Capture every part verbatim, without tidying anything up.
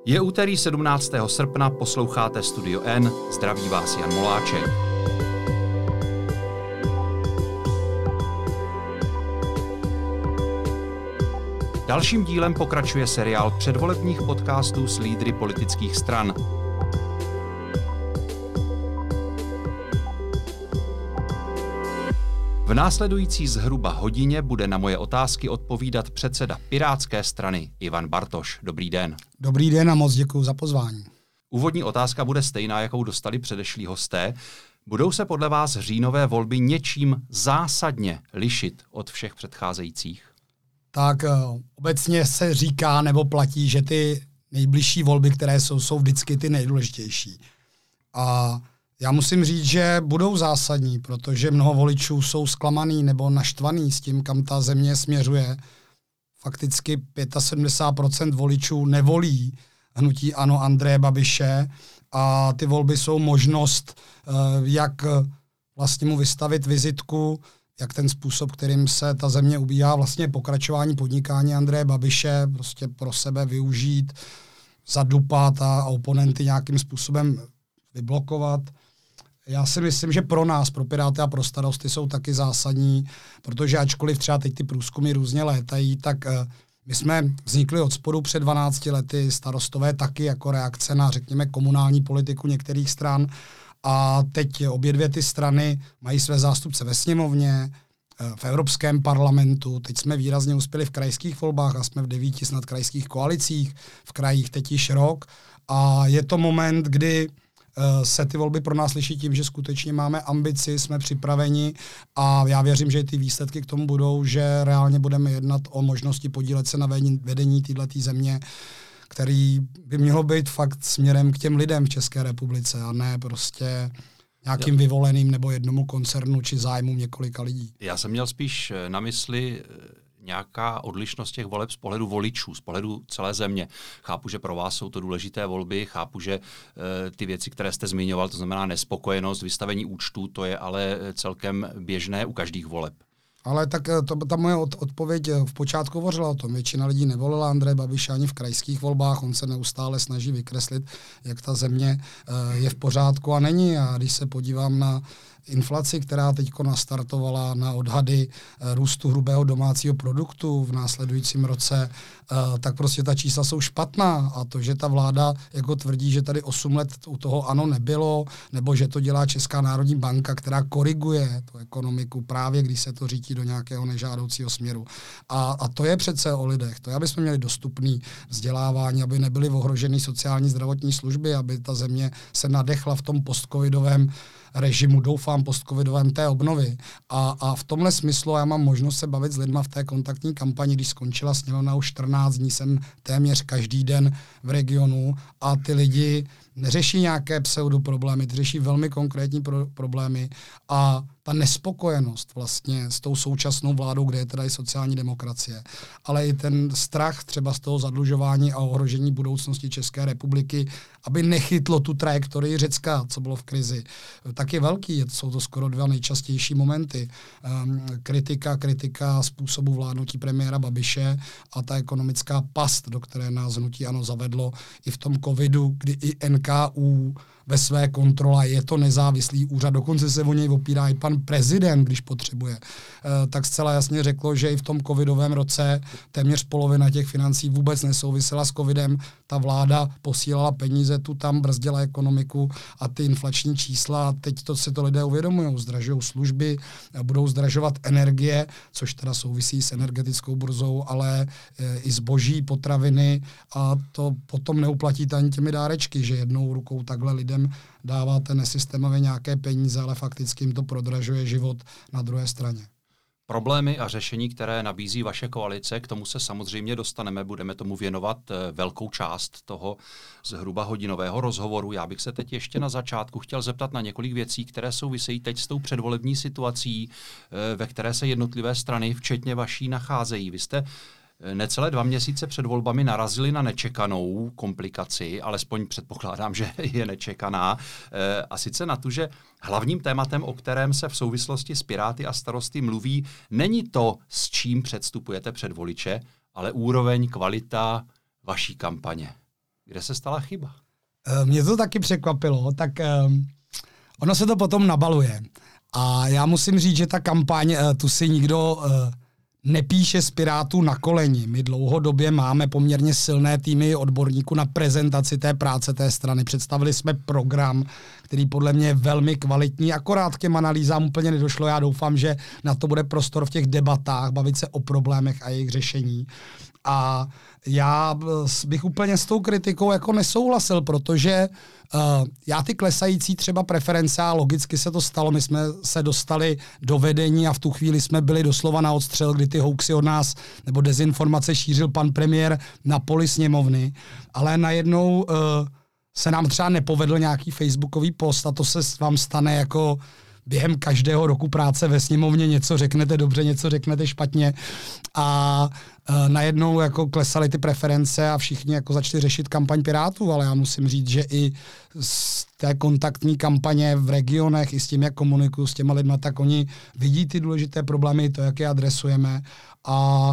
Je úterý sedmnáctého srpna, posloucháte Studio N, zdraví vás Jan Moláček. Dalším dílem pokračuje seriál předvolebních podcastů s lídry politických stran. V následující zhruba hodině bude na moje otázky odpovídat předseda Pirátské strany Ivan Bartoš. Dobrý den. Dobrý den a moc děkuji za pozvání. Úvodní otázka bude stejná, jakou dostali předešlí hosté. Budou se podle vás říjnové volby něčím zásadně lišit od všech předcházejících? Tak obecně se říká nebo platí, že ty nejbližší volby, které jsou, jsou vždycky ty nejdůležitější. A já musím říct, že budou zásadní, protože mnoho voličů jsou zklamaný nebo naštvaný s tím, kam ta země směřuje. Fakticky sedmdesát pět procent voličů nevolí hnutí ANO Andreje Babiše a ty volby jsou možnost, jak vlastně mu vystavit vizitku, jak ten způsob, kterým se ta země ubíhá, vlastně pokračování podnikání Andreje Babiše, prostě pro sebe využít, zadupat a oponenty nějakým způsobem vyblokovat. Já si myslím, že pro nás, pro Piráty a pro Starosty jsou taky zásadní, protože ačkoliv třeba teď ty průzkumy různě létají, tak uh, my jsme vznikli od spodu před dvanácti lety, Starostové taky jako reakce na, řekněme, komunální politiku některých stran. A teď obě dvě ty strany mají své zástupce ve sněmovně, v Evropském parlamentu. Teď jsme výrazně uspěli v krajských volbách a jsme v devíti snad krajských koalicích, v krajích teď již rok. A je to moment, kdy se ty volby pro nás liší tím, že skutečně máme ambici, jsme připraveni a já věřím, že ty výsledky k tomu budou, že reálně budeme jednat o možnosti podílet se na vedení této země, který by mělo být fakt směrem k těm lidem v České republice a ne prostě nějakým Já. vyvoleným nebo jednomu koncernu či zájmům několika lidí. Já jsem měl spíš na mysli nějaká odlišnost těch voleb z pohledu voličů, z pohledu celé země. Chápu, že pro vás jsou to důležité volby, chápu, že e, ty věci, které jste zmiňoval, to znamená nespokojenost, vystavení účtů, to je ale celkem běžné u každých voleb. Ale tak to, ta moje od, odpověď v počátku hovořila o tom. Většina lidí nevolila Andreje Babiše ani v krajských volbách. On se neustále snaží vykreslit, jak ta země uh, je v pořádku a není. A když se podívám na inflaci, která teď nastartovala, na odhady uh, růstu hrubého domácího produktu v následujícím roce, uh, tak prostě ta čísla jsou špatná. A to, že ta vláda jako tvrdí, že tady osm let u toho ANO nebylo, nebo že to dělá Česká národní banka, která koriguje tu ekonomiku právě, když se to řítí do nějakého nežádoucího směru. A, a to je přece o lidech. To je, aby jsme měli dostupný vzdělávání, aby nebyly ohroženy sociální zdravotní služby, aby ta země se nadechla v tom postcovidovém režimu, doufám, postcovidovém té obnovy. A, a v tomhle smyslu já mám možnost se bavit s lidma v té kontaktní kampani, když skončila sněmovna už čtrnáct dní, jsem téměř každý den v regionu a ty lidi neřeší nějaké pseudoproblémy, řeší velmi konkrétní pro- problémy a ta nespokojenost vlastně s tou současnou vládou, kde je teda i sociální demokracie, ale i ten strach třeba z toho zadlužování a ohrožení budoucnosti České republiky, aby nechytlo tu trajektorii Řecka, co bylo v krizi, tak je velký. Jsou to skoro dva nejčastější momenty. Um, kritika, kritika způsobu vládnutí premiéra Babiše a ta ekonomická past, do které nás hnutí ANO zavedlo i v tom covidu, kdy i N K U ve své kontrole, je to nezávislý úřad, dokonce se o něj opírá i pan prezident, když potřebuje, e, tak zcela jasně řeklo, že i v tom covidovém roce téměř polovina těch financí vůbec nesouvisela s covidem. Ta vláda posílala peníze, tu tam brzdila ekonomiku a ty inflační čísla, teď to se to lidé uvědomují, zdražují služby, budou zdražovat energie, což teda souvisí s energetickou burzou, ale e, i zboží, potraviny a to potom neuplatíte ani těmi dárečky, že jednou rukou takhle lidem dáváte nesystémově nějaké peníze, ale fakticky jim to prodražuje život na druhé straně. Problémy a řešení, které nabízí vaše koalice, k tomu se samozřejmě dostaneme, budeme tomu věnovat velkou část toho zhruba hodinového rozhovoru. Já bych se teď ještě na začátku chtěl zeptat na několik věcí, které souvisejí teď s tou předvolební situací, ve které se jednotlivé strany, včetně vaší, nacházejí. Vy jste necelé dva měsíce před volbami narazili na nečekanou komplikaci, alespoň předpokládám, že je nečekaná, a sice na to, že hlavním tématem, o kterém se v souvislosti s Piráty a Starosty mluví, není to, s čím předstupujete před voliče, ale úroveň, kvalita vaší kampaně. Kde se stala chyba? Mě to taky překvapilo, tak um, ono se to potom nabaluje. A já musím říct, že ta kampaň, uh, tu si nikdo uh, nepíše z Pirátů na koleni. My dlouhodobě máme poměrně silné týmy odborníků na prezentaci té práce té strany. Představili jsme program, který podle mě je velmi kvalitní, akorát k těm analýzám úplně nedošlo. Já doufám, že na to bude prostor v těch debatách, bavit se o problémech a jejich řešení. A já bych úplně s tou kritikou jako nesouhlasil, protože uh, já ty klesající třeba preference, a logicky se to stalo, my jsme se dostali do vedení a v tu chvíli jsme byli doslova na odstřel, kdy ty hoaxy od nás nebo dezinformace šířil pan premiér na poli sněmovny, ale najednou uh, se nám třeba nepovedl nějaký facebookový post a to se vám stane jako během každého roku práce ve sněmovně, něco řeknete dobře, něco řeknete špatně a e, najednou jako klesaly ty preference a všichni jako začali řešit kampaň Pirátů, ale já musím říct, že i z té kontaktní kampaně v regionech i s tím, jak komunikuju s těma lidma, tak oni vidí ty důležité problémy, to, jak je adresujeme a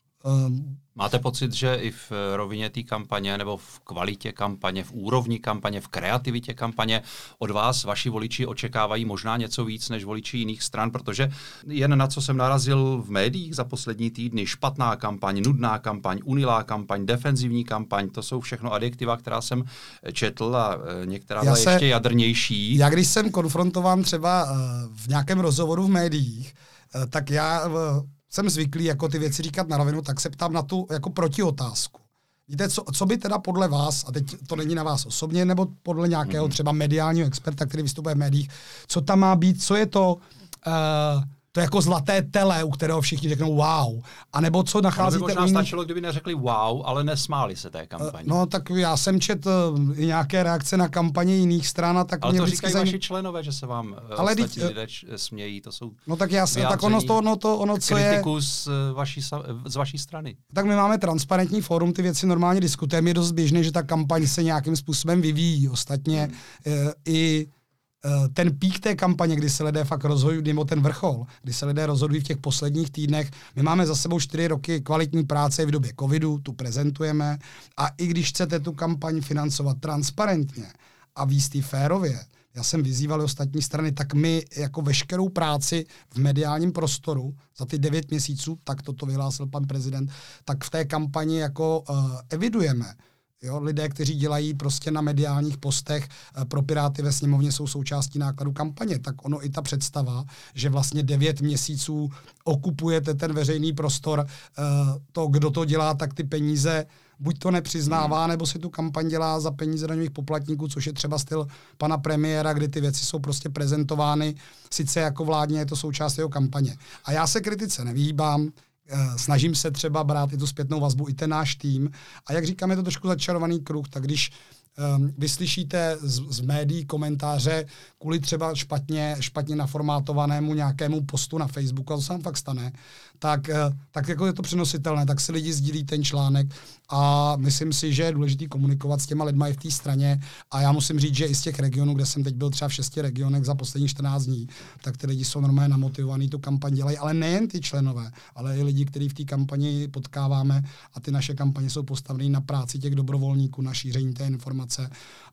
e, máte pocit, že i v rovině té kampaně nebo v kvalitě kampaně, v úrovni kampaně, v kreativitě kampaně od vás vaši voliči očekávají možná něco víc než voliči jiných stran, protože jen na co jsem narazil v médiích za poslední týdny, špatná kampaň, nudná kampaň, unilá kampaň, defenzivní kampaň, to jsou všechno adjektiva, která jsem četl a některá byla se, ještě jadrnější. Já když jsem konfrontován třeba v nějakém rozhovoru v médiích, tak já jsem zvyklý jako ty věci říkat na rovinu, tak se ptám na tu jako protiotázku. Víte, co, co by teda podle vás, a teď to není na vás osobně, nebo podle nějakého třeba mediálního experta, který vystupuje v médiích, co tam má být, co je to, uh, to jako zlaté tele, u kterého všichni řeknou wow, a nebo co nacházíte... Ono by možná stačilo, kdyby neřekli wow, ale nesmáli se té kampani. No tak já jsem četl uh, nějaké reakce na kampaně jiných stran a tak ale mě to vždycky říkají zajím... vaši členové, že se vám ale ostatní teď, lidé smějí, to jsou no tak já jsem, tak ono to, ono to, ono co je... kritiku z vaší, z vaší strany. Tak my máme transparentní fórum, ty věci normálně diskutujeme, je dost běžné, že ta kampaň se nějakým způsobem vyvíjí. Ostatně hmm. uh, i ten pík té kampaně, kdy se lidé fakt rozhodují, nebo ten vrchol, kdy se lidé rozhodují v těch posledních týdnech. My máme za sebou čtyři roky kvalitní práce v době covidu, tu prezentujeme a i když chcete tu kampaň financovat transparentně a víc férově, já jsem vyzýval ostatní strany, tak my jako veškerou práci v mediálním prostoru za ty devět měsíců, tak toto vyhlásil pan prezident, tak v té kampani jako uh, evidujeme. Jo, lidé, kteří dělají prostě na mediálních postech pro Piráty ve sněmovně, jsou součástí nákladu kampaně. Tak ono i ta představa, že vlastně devět měsíců okupujete ten veřejný prostor, to, kdo to dělá, tak ty peníze buď to nepřiznává, nebo si tu kampaň dělá za peníze daňových poplatníků, což je třeba styl pana premiéra, kdy ty věci jsou prostě prezentovány, sice jako vládně je to součást jeho kampaně. A já se kritice nevyhýbám, snažím se třeba brát i tu zpětnou vazbu, i ten náš tým. A jak říkám, je to trošku začarovaný kruh, tak když um, vyslyšíte z, z médií komentáře kvůli třeba špatně, špatně naformátovanému nějakému postu na Facebooku, a to se vám fakt stane, tak, tak jako je to přenositelné, tak si lidi sdílí ten článek a myslím si, že je důležité komunikovat s těma lidma i v té straně a já musím říct, že i z těch regionů, kde jsem teď byl třeba v šesti regionech za posledních čtrnáct dní, tak ty lidi jsou normálně namotivovaní, tu kampaň dělají, ale nejen ty členové, ale i lidi, kteří v té kampani potkáváme a ty naše kampaně jsou postaveny na práci těch dobrovolníků, na šíření té informace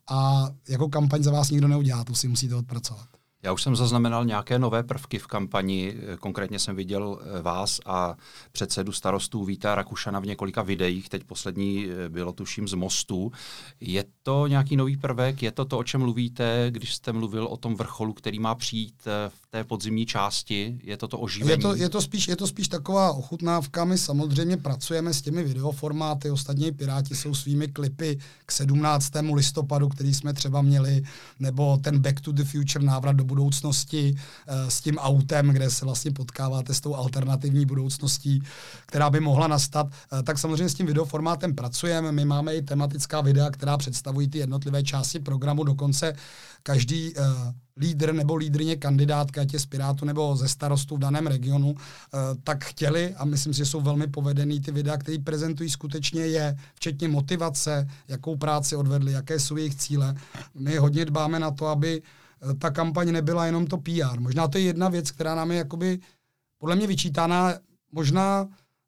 a jako kampaň za vás nikdo neudělá, to si musíte odpracovat. Já už jsem zaznamenal nějaké nové prvky v kampani, konkrétně jsem viděl vás a předsedu starostů Víta Rakušana v několika videích, teď poslední bylo tuším z Mostu. Je to nějaký nový prvek, je to to, o čem mluvíte, když jste mluvil o tom vrcholu, který má přijít v té podzimní části, je to to oživení? Je to, je to, spíš, je to spíš taková ochutnávka, my samozřejmě pracujeme s těmi videoformáty, ostatně Piráti jsou svými klipy k sedmnáctému listopadu, který jsme třeba měli, nebo ten Back to the Future, návrat do budoucnosti s tím autem, kde se vlastně potkáváte s tou alternativní budoucností, která by mohla nastat, tak samozřejmě s tím videoformátem pracujeme. My máme i tematická videa, která představují ty jednotlivé části programu, dokonce každý uh, lídr nebo lídryně kandidátka, ať je z Pirátu nebo ze starostů v daném regionu, uh, tak chtěli, a myslím si, že jsou velmi povedený ty videa, které prezentují skutečně je, včetně motivace, jakou práci odvedli, jaké jsou jejich cíle. My hodně dbáme na to, aby ta kampaň nebyla jenom to P R. Možná to je jedna věc, která nám je jakoby podle mě vyčítána, možná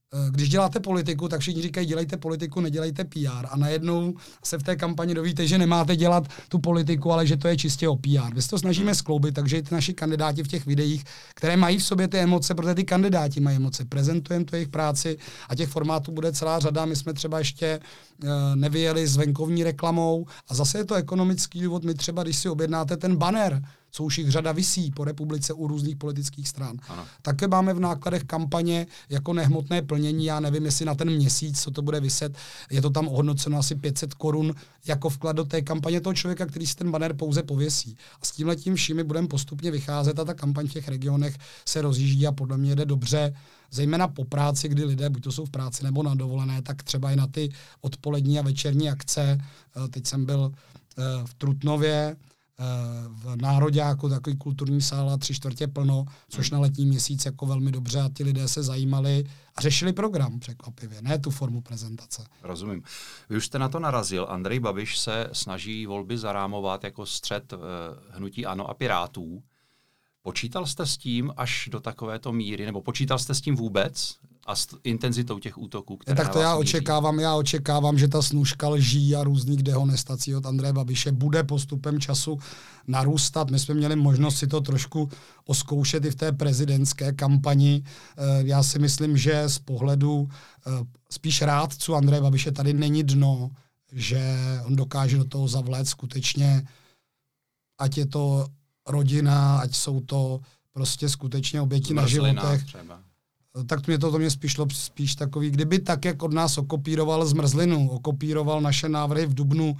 když děláte politiku, tak všichni říkají, dělejte politiku, nedělejte P R. A najednou se v té kampani dovíte, že nemáte dělat tu politiku, ale že to je čistě o P R. My se to snažíme skloubit, takže ty naši kandidáti v těch videích, které mají v sobě ty emoce, protože ty kandidáti mají emoce, prezentujeme tu jejich práci a těch formátů bude celá řada. My jsme třeba ještě uh, nevyjeli s venkovní reklamou a zase je to ekonomický důvod. My třeba, když si objednáte ten banner, co už jich řada visí po republice u různých politických stran. Ano. Také máme v nákladech kampaně jako nehmotné plnění, já nevím, jestli na ten měsíc, co to bude viset, je to tam ohodnoceno asi pět set korun jako vklad do té kampaně toho člověka, který si ten banner pouze pověsí. A s tímhletím všimi budeme postupně vycházet a ta kampaň v těch regionech se rozjíždí a podle mě jde dobře, zejména po práci, kdy lidé buď to jsou v práci nebo na dovolené, tak třeba i na ty odpolední a večerní akce. Teď jsem byl v Trutnově, v Nároďáku, takový kulturní sál a tři čtvrtě plno, což na letní měsíc jako velmi dobře a ti lidé se zajímali a řešili program překvapivě, ne tu formu prezentace. Rozumím. Vy už jste na to narazil. Andrej Babiš se snaží volby zarámovat jako střet uh, hnutí ANO a Pirátů. Počítal jste s tím až do takovéto míry, nebo počítal jste s tím vůbec a s intenzitou těch útoků, které tak to na vás já míří? očekávám, já očekávám, že ta snůška lží a různých dehonestací od Andreje Babiše bude postupem času narůstat. My jsme měli možnost si to trošku oskoušet i v té prezidentské kampani. Já si myslím, že z pohledu spíš rádců Andreje Babiše tady není dno, že on dokáže do toho zavléct skutečně, ať je to rodina, ať jsou to prostě skutečně oběti na životech. Třeba. Tak mě to, to mě spíš šlo spíš takový, kdyby tak, jak od nás okopíroval zmrzlinu, okopíroval naše návrhy v dubnu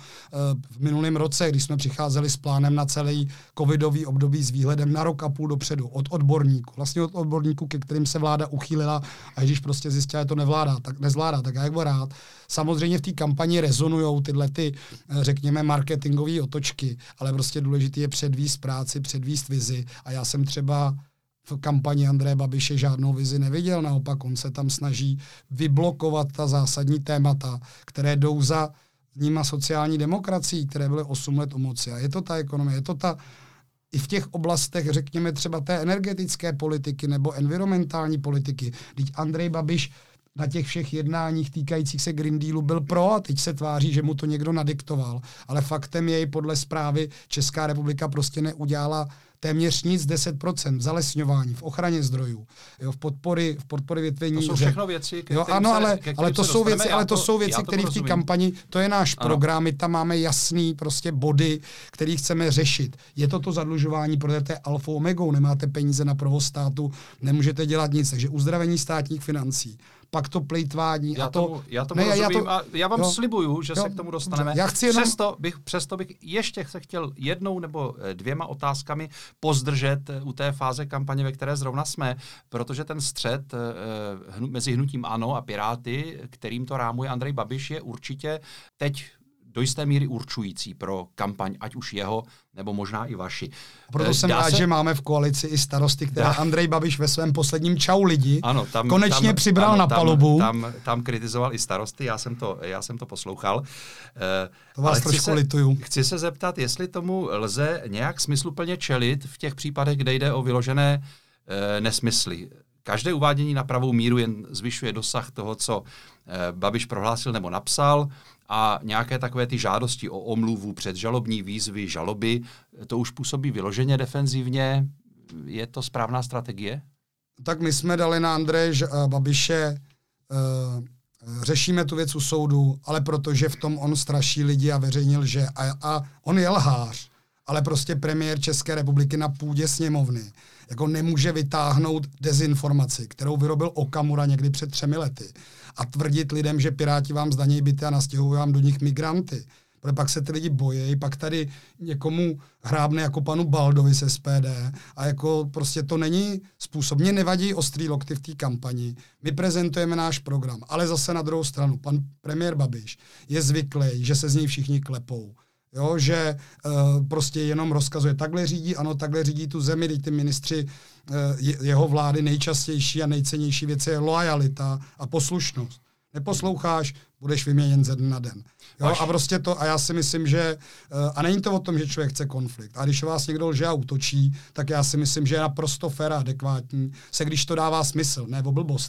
v minulém roce, když jsme přicházeli s plánem na celý covidový období s výhledem na rok a půl dopředu od odborníků, vlastně od odborníků, ke kterým se vláda uchýlila a když prostě zjistila, že to nevládá, tak nezvládá, tak já jak byl rád. Samozřejmě v té kampani rezonujou tyhle ty, řekněme, marketingové otočky, ale prostě důležité je předvíst práci, předvíst vizi a já jsem třeba v kampani Andreje Babiše žádnou vizi neviděl, naopak on se tam snaží vyblokovat ta zásadní témata, které jdou za nima sociální demokracií, které byly osm let u moci. A je to ta ekonomie, je to ta i v těch oblastech, řekněme třeba té energetické politiky nebo environmentální politiky. Vždyť Andrej Babiš na těch všech jednáních týkajících se Green Dealu byl pro a teď se tváří, že mu to někdo nadiktoval. Ale faktem je, podle zprávy Česká republika prostě neudělala téměř nic, deset procent v zalesňování, v ochraně zdrojů, jo, v podpory, v podpory větvení. To jsou všechno věci, ke jo, ano, se, ale, ke ale to jsou věci, ale to to, jsou věci, které v té kampani, to je náš ano. program, my tam máme jasný prostě body, který chceme řešit. Je to to zadlužování, protože to je alfou omegou, nemáte peníze na provoz státu, nemůžete dělat nic, takže uzdravení státních financí. Pak to plejtvání. Já a to, tomu, já tomu ne, rozumím já, to, a já vám jo, slibuju, že jo, se k tomu dostaneme. Já chci jenom... přesto, bych, přesto bych ještě se chtěl jednou nebo dvěma otázkami pozdržet u té fáze kampaně, ve které zrovna jsme, protože ten střet eh, hnu, mezi hnutím ANO a Piráty, kterým to rámuje Andrej Babiš, je určitě teď do jisté míry určující pro kampaň, ať už jeho, nebo možná i vaši. Proto jsem rád, se... že máme v koalici i starosty, která Dá... Andrej Babiš ve svém posledním Čau lidi ano, tam, konečně tam, přibral ano, na palubu. Tam, tam, tam kritizoval i starosty, já jsem to, já jsem to poslouchal. To vás trošku lituju. Chci se zeptat, jestli tomu lze nějak smysluplně čelit v těch případech, kde jde o vyložené e, nesmysly. Každé uvádění na pravou míru jen zvyšuje dosah toho, co e, Babiš prohlásil nebo napsal, a nějaké takové ty žádosti o omluvu, předžalobní výzvy, žaloby, to už působí vyloženě defenzivně. Je to správná strategie? Tak my jsme dali na Andreje Babiše, uh, řešíme tu věc u soudu, ale protože v tom on straší lidi a veřejně lže. A, a on je lhář, ale prostě premiér České republiky na půdě sněmovny jako nemůže vytáhnout dezinformaci, kterou vyrobil Okamura někdy před třemi lety a tvrdit lidem, že Piráti vám zdanějí byty a nastěhují vám do nich migranty. Protože pak se ty lidi bojí, pak tady někomu hrábne jako panu Baldovi z S P D a jako prostě to není způsob. Mně nevadí ostrý lokty v té kampani. My prezentujeme náš program, ale zase na druhou stranu pan premiér Babiš je zvyklý, že se z něj všichni klepou. Jo, že uh, prostě jenom rozkazuje, takhle řídí, ano, takhle řídí tu zemi, teď ty ministři uh, je, jeho vlády nejčastější a nejcennější věc je loajalita a poslušnost. Neposloucháš, budeš vyměněn ze dne na den. Jo, a prostě to, a já si myslím, že, uh, a není to o tom, že člověk chce konflikt. A když vás někdo lže a útočí, tak já si myslím, že je naprosto fér a adekvátní, se když to dává smysl, ne o blbostech.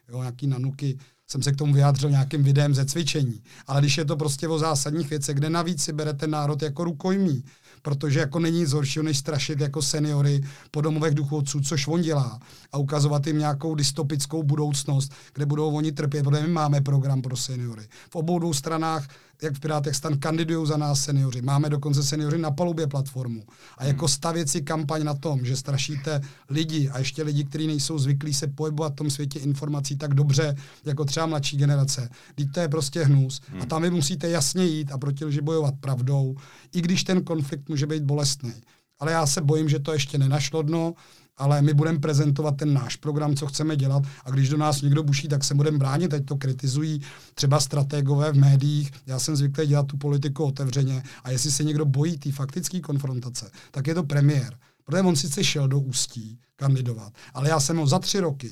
jo, nějaký nanuky, jsem se k tomu vyjádřil nějakým videem ze cvičení. Ale když je to prostě o zásadních věcech, kde navíc si bere ten národ jako rukojmí, protože jako není nic horšího, než strašit jako seniory po domovech důchodců, což on dělá, a ukazovat jim nějakou dystopickou budoucnost, kde budou oni trpět, protože my máme program pro seniory. V obou dvou stranách, jak v Pirátech stan, kandidují za nás seniori. Máme dokonce seniori na palubě platformu. A jako stavět si kampaň na tom, že strašíte lidi a ještě lidi, kteří nejsou zvyklí se pohybovat v tom světě informací tak dobře, jako třeba mladší generace. Vždyť to je prostě hnus. Hmm. A tam vy musíte jasně jít a proti lži bojovat pravdou, i když ten konflikt může být bolestný. Ale já se bojím, že to ještě nenašlo dno, ale my budeme prezentovat ten náš program, co chceme dělat, a když do nás někdo buší, tak se budeme bránit, teď to kritizují třeba strategové v médiích. Já jsem zvyklý dělat tu politiku otevřeně, a jestli se někdo bojí té faktické konfrontace, tak je to premiér. Protože on sice šel do Ústí kandidovat, ale já jsem ho za tři roky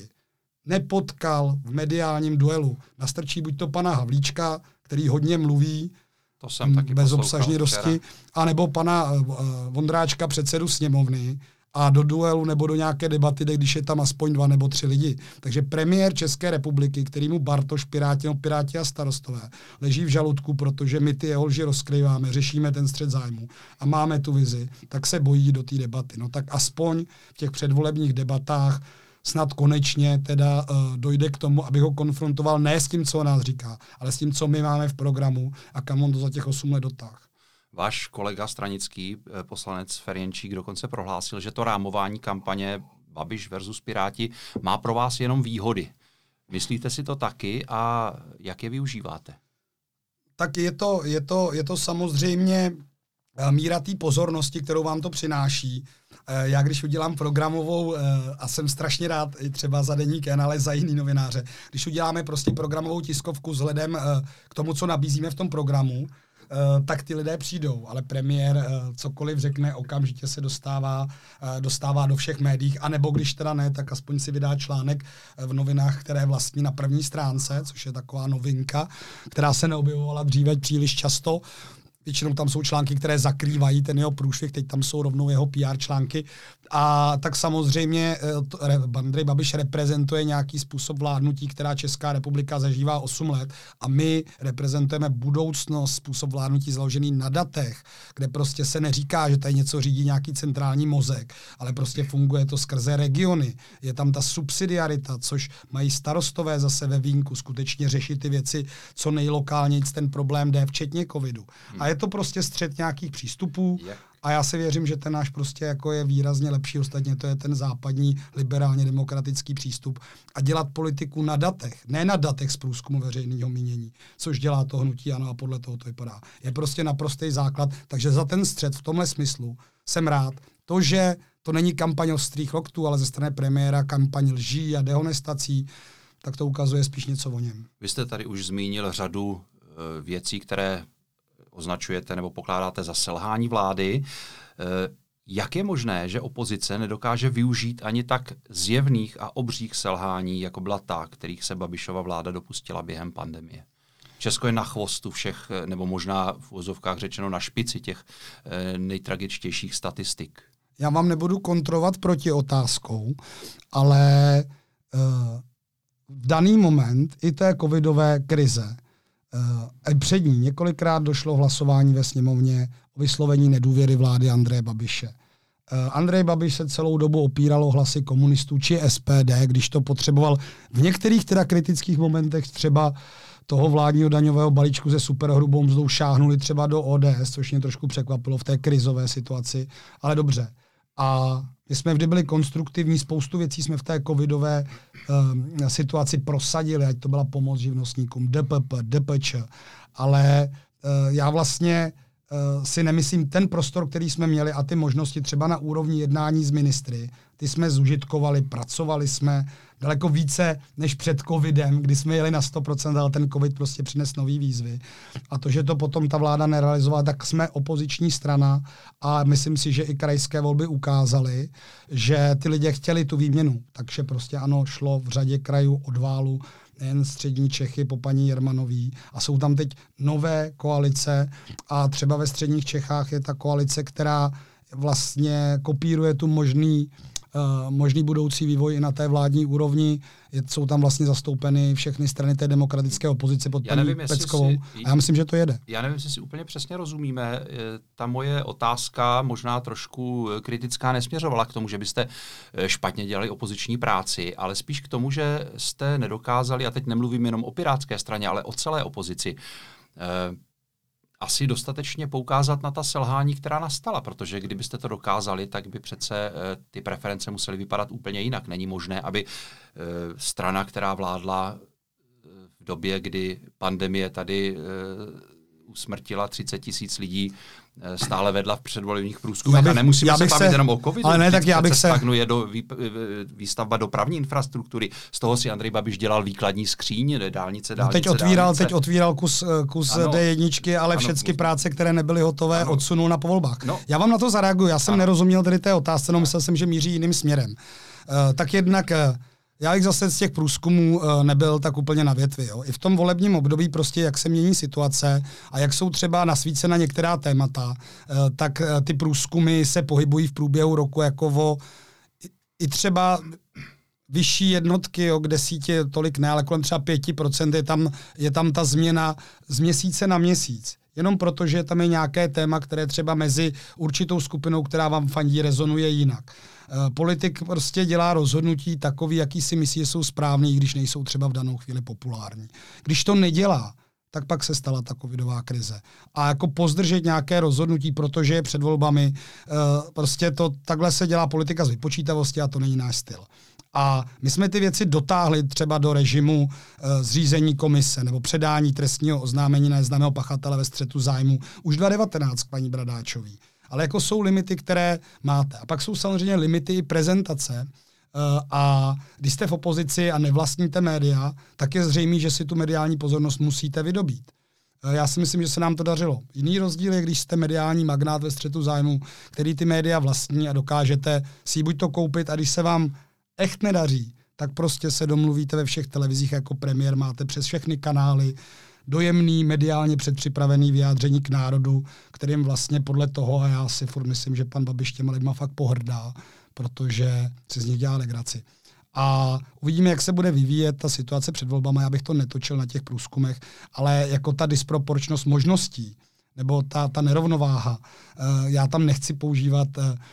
nepotkal v mediálním duelu. Nastrčí buď to pana Havlíčka, který hodně mluví, to jsem taky bez obsažní dosti, anebo pana uh, Vondráčka, předsedu sněmovny, a do duelu nebo do nějaké debaty, když je tam aspoň dva nebo tři lidi. Takže premiér České republiky, kterýmu Bartoš, Piráti, no Piráti a Starostové, leží v žaludku, protože my ty jeho lži rozkrýváme, řešíme ten střet zájmu a máme tu vizi, tak se bojí do té debaty. No tak aspoň v těch předvolebních debatách snad konečně teda uh, dojde k tomu, aby ho konfrontoval ne s tím, co on nás říká, ale s tím, co my máme v programu a kam on to za těch osm let dotáhl. Váš kolega stranický, poslanec Ferjenčík, dokonce prohlásil, že to rámování kampaně Babiš versus Piráti má pro vás jenom výhody. Myslíte si to taky a jak je využíváte? Tak je to, je to, je to samozřejmě míra té pozornosti, kterou vám to přináší. Já když udělám programovou, a jsem strašně rád i třeba za Deník N, ale za jiný novináře, když uděláme prostě programovou tiskovku vzhledem k tomu, co nabízíme v tom programu, Uh, tak ty lidé přijdou, ale premiér uh, cokoliv řekne, okamžitě se dostává, uh, dostává do všech médiích, anebo když teda ne, tak aspoň si vydá článek uh, v novinách, které vlastní na první stránce, což je taková novinka, která se neobjevovala dříve příliš často. Většinou tam jsou články, které zakrývají ten jeho průšvih, teď tam jsou rovnou jeho P R články. A tak samozřejmě Andrej Babiš reprezentuje nějaký způsob vládnutí, která Česká republika zažívá osm let, a my reprezentujeme budoucnost, způsob vládnutí založený na datech, kde prostě se neříká, že tady něco řídí nějaký centrální mozek, ale prostě funguje to skrze regiony. Je tam ta subsidiarita, což mají starostové zase ve vínku, skutečně řešit ty věci, co nejlokálněji ten problém jde, včetně covidu. A je to prostě střet nějakých přístupů. A já si věřím, že ten náš prostě jako je výrazně lepší, ostatně to je ten západní liberálně demokratický přístup. A dělat politiku na datech, ne na datech z průzkumu veřejného mínění, což dělá to hnutí ANO a podle toho to vypadá. Je prostě naprostý základ, takže za ten střet v tomhle smyslu jsem rád. To, že to není kampaň ostrých loktů, ale ze strany premiéra kampaň lží a dehonestací, tak to ukazuje spíš něco o něm. Vy jste tady už zmínil řadu uh, věcí, které označujete nebo pokládáte za selhání vlády. Jak je možné, že opozice nedokáže využít ani tak zjevných a obřích selhání, jako byla ta, kterých se Babišova vláda dopustila během pandemie? Česko je na chvostu všech, nebo možná v uvozovkách řečeno na špici těch nejtragičtějších statistik. Já vám nebudu kontrovat proti otázkou, ale uh, v daný moment i té covidové krize Uh, před ní několikrát došlo hlasování ve sněmovně o vyslovení nedůvěry vlády Andreje Babiše. Uh, Andrej Babiš se celou dobu opíral o hlasy komunistů či S P D, když to potřeboval v některých teda kritických momentech třeba toho vládního daňového balíčku se superhrubou mzdou šáhnuli třeba do O D S, což mě trošku překvapilo v té krizové situaci, ale dobře. A my jsme vždy byli konstruktivní, spoustu věcí jsme v té covidové uh, situaci prosadili, ať to byla pomoc živnostníkům, D P P, D P Č, ale uh, já vlastně uh, si nemyslím, ten prostor, který jsme měli a ty možnosti třeba na úrovni jednání s ministry, ty jsme zužitkovali, pracovali jsme daleko více než před covidem, kdy jsme jeli na sto procent, ale ten covid prostě přines nový výzvy. A to, že to potom ta vláda nerealizovala, tak jsme opoziční strana a myslím si, že i krajské volby ukázaly, že ty lidé chtěli tu výměnu. Takže prostě ano, šlo v řadě krajů od válu, nejen střední Čechy po paní Jermanový. A jsou tam teď nové koalice a třeba ve středních Čechách je ta koalice, která vlastně kopíruje tu možný uh, možný budoucí vývoj i na té vládní úrovni. Je, jsou tam vlastně zastoupeny všechny strany té demokratické opozice pod paní nevím, Peckovou. Si, a já myslím, že to jede. Já nevím, jestli si úplně přesně rozumíme. Ta moje otázka, možná trošku kritická, nesměřovala k tomu, že byste špatně dělali opoziční práci, ale spíš k tomu, že jste nedokázali, a teď nemluvím jenom o pirátské straně, ale o celé opozici, eh, asi dostatečně poukázat na ta selhání, která nastala, protože kdybyste to dokázali, tak by přece e, ty preference musely vypadat úplně jinak. Není možné, aby e, strana, která vládla v době, kdy pandemie tady e, usmrtila třicet tisíc lidí, stále vedla v předvolebních průzkumech. A nemusíme se bavit jenom o covidu. Ale ne, tak já bych se stagnuje do vý, výstavba dopravní infrastruktury. Z toho si Andrej Babiš dělal výkladní skříň, dálnice, dálnice, no teď otvíral, dálnice. Teď otvíral kus, kus D jedna, ale všechny práce, které nebyly hotové, ano. odsunul na povolbách. No. Já vám na to zareaguju. Já jsem ano. nerozuměl tady té otázce, no myslel jsem, že míří jiným směrem. Uh, tak jednak uh, já bych zase z těch průzkumů uh, nebyl tak úplně na větvi. Jo. I v tom volebním období prostě, jak se mění situace a jak jsou třeba nasvícena některá témata, uh, tak uh, ty průzkumy se pohybují v průběhu roku jako o i, i třeba vyšší jednotky, jo, kde sítě tolik ne, ale kolem třeba pět procent je tam, je tam ta změna z měsíce na měsíc. Jenom proto, že tam je nějaké téma, které třeba mezi určitou skupinou, která vám fandí, rezonuje jinak. Politik prostě dělá rozhodnutí takový, jaký si myslí, že jsou správný, když nejsou třeba v danou chvíli populární. Když to nedělá, tak pak se stala ta covidová krize. A jako pozdržet nějaké rozhodnutí, protože je před volbami, prostě to takhle se dělá politika z vypočítavosti a to není náš styl. A my jsme ty věci dotáhli třeba do režimu e, zřízení komise nebo předání trestního oznámení na neznámého pachatele ve střetu zájmu už dva tisíce devatenáct k paní Bradáčový. Ale jako jsou limity, které máte. A pak jsou samozřejmě limity i prezentace. E, a když jste v opozici a nevlastníte média, tak je zřejmé, že si tu mediální pozornost musíte vydobít. E, já si myslím, že se nám to dařilo. Jiný rozdíl je, když jste mediální magnát ve střetu zájmu, který ty média vlastní a dokážete si buď to koupit, a když se vám echt nedaří, tak prostě se domluvíte ve všech televizích jako premiér, máte přes všechny kanály dojemný, mediálně předpřipravený vyjádření k národu, kterým vlastně podle toho, a já si furt myslím, že pan Babiš těma lidma fakt pohrdá, protože si z nich dělá legraci. A uvidíme, jak se bude vyvíjet ta situace před volbama. Já bych to netočil na těch průzkumech, ale jako ta disproporčnost možností, nebo ta, ta nerovnováha. Já tam nechci používat